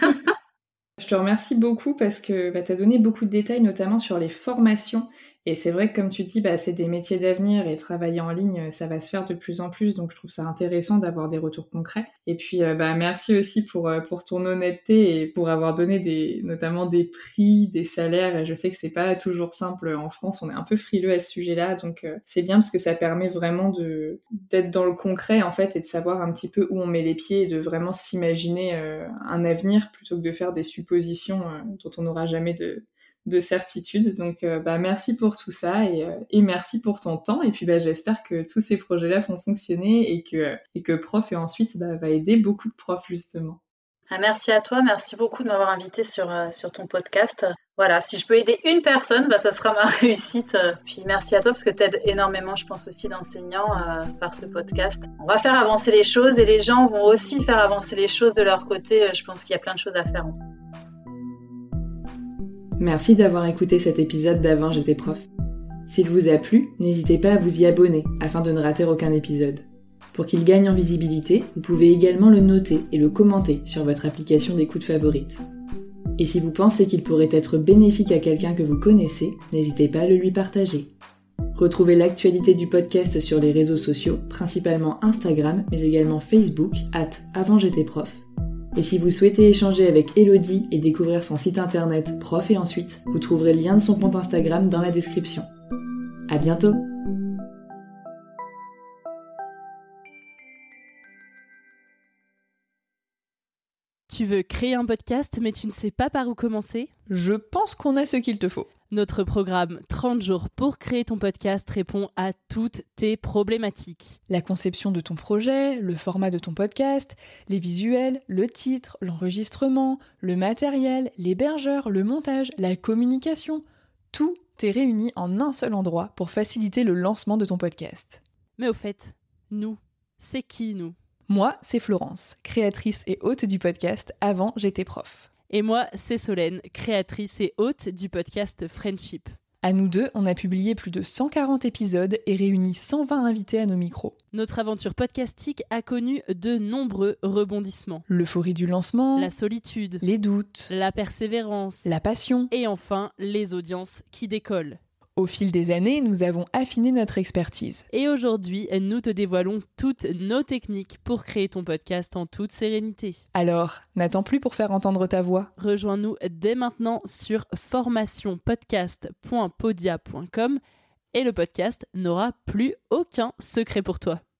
Je te remercie beaucoup parce que bah, tu as donné beaucoup de détails, notamment sur les formations. Et c'est vrai que, comme tu dis, bah, c'est des métiers d'avenir et travailler en ligne, ça va se faire de plus en plus. Donc, je trouve ça intéressant d'avoir des retours concrets. Et puis, euh, bah, merci aussi pour, euh, pour ton honnêteté et pour avoir donné des, notamment des prix, des salaires. Et je sais que c'est pas toujours simple en France. On est un peu frileux à ce sujet-là. Donc, euh, c'est bien parce que ça permet vraiment de, d'être dans le concret, en fait, et de savoir un petit peu où on met les pieds et de vraiment s'imaginer euh, un avenir plutôt que de faire des suppositions euh, dont on n'aura jamais de, de certitude. Donc, euh, bah, merci pour tout ça et, euh, et merci pour ton temps. Et puis, bah, j'espère que tous ces projets-là vont fonctionner et que, et que Prof et ensuite bah, va aider beaucoup de profs, justement. Ah, merci à toi, merci beaucoup de m'avoir invité sur, euh, sur ton podcast. Voilà, si je peux aider une personne, bah, ça sera ma réussite. Puis merci à toi parce que tu aides énormément, je pense aussi d'enseignants euh, par ce podcast. On va faire avancer les choses et les gens vont aussi faire avancer les choses de leur côté. Je pense qu'il y a plein de choses à faire. Merci d'avoir écouté cet épisode d'Avant j'étais prof. S'il vous a plu, n'hésitez pas à vous y abonner afin de ne rater aucun épisode. Pour qu'il gagne en visibilité, vous pouvez également le noter et le commenter sur votre application d'écoute favorite. Et si vous pensez qu'il pourrait être bénéfique à quelqu'un que vous connaissez, n'hésitez pas à le lui partager. Retrouvez l'actualité du podcast sur les réseaux sociaux, principalement Instagram, mais également Facebook, arobase avant j'étais prof. Et si vous souhaitez échanger avec Elodie et découvrir son site internet Prof et ensuite, vous trouverez le lien de son compte Instagram dans la description. À bientôt! Tu veux créer un podcast, mais tu ne sais pas par où commencer ? Je pense qu'on a ce qu'il te faut. Notre programme trente jours pour créer ton podcast répond à toutes tes problématiques. La conception de ton projet, le format de ton podcast, les visuels, le titre, l'enregistrement, le matériel, l'hébergeur, le montage, la communication, tout est réuni en un seul endroit pour faciliter le lancement de ton podcast. Mais au fait, nous, c'est qui nous ? Moi, c'est Florence, créatrice et hôte du podcast Avant j'étais prof. Et moi, c'est Solène, créatrice et hôte du podcast Friendship. À nous deux, on a publié plus de cent quarante épisodes et réuni cent vingt invités à nos micros. Notre aventure podcastique a connu de nombreux rebondissements. L'euphorie du lancement, la solitude, les doutes, la persévérance, la passion et enfin les audiences qui décollent. Au fil des années, nous avons affiné notre expertise. Et aujourd'hui, nous te dévoilons toutes nos techniques pour créer ton podcast en toute sérénité. Alors, n'attends plus pour faire entendre ta voix. Rejoins-nous dès maintenant sur formation podcast point podia point com et le podcast n'aura plus aucun secret pour toi.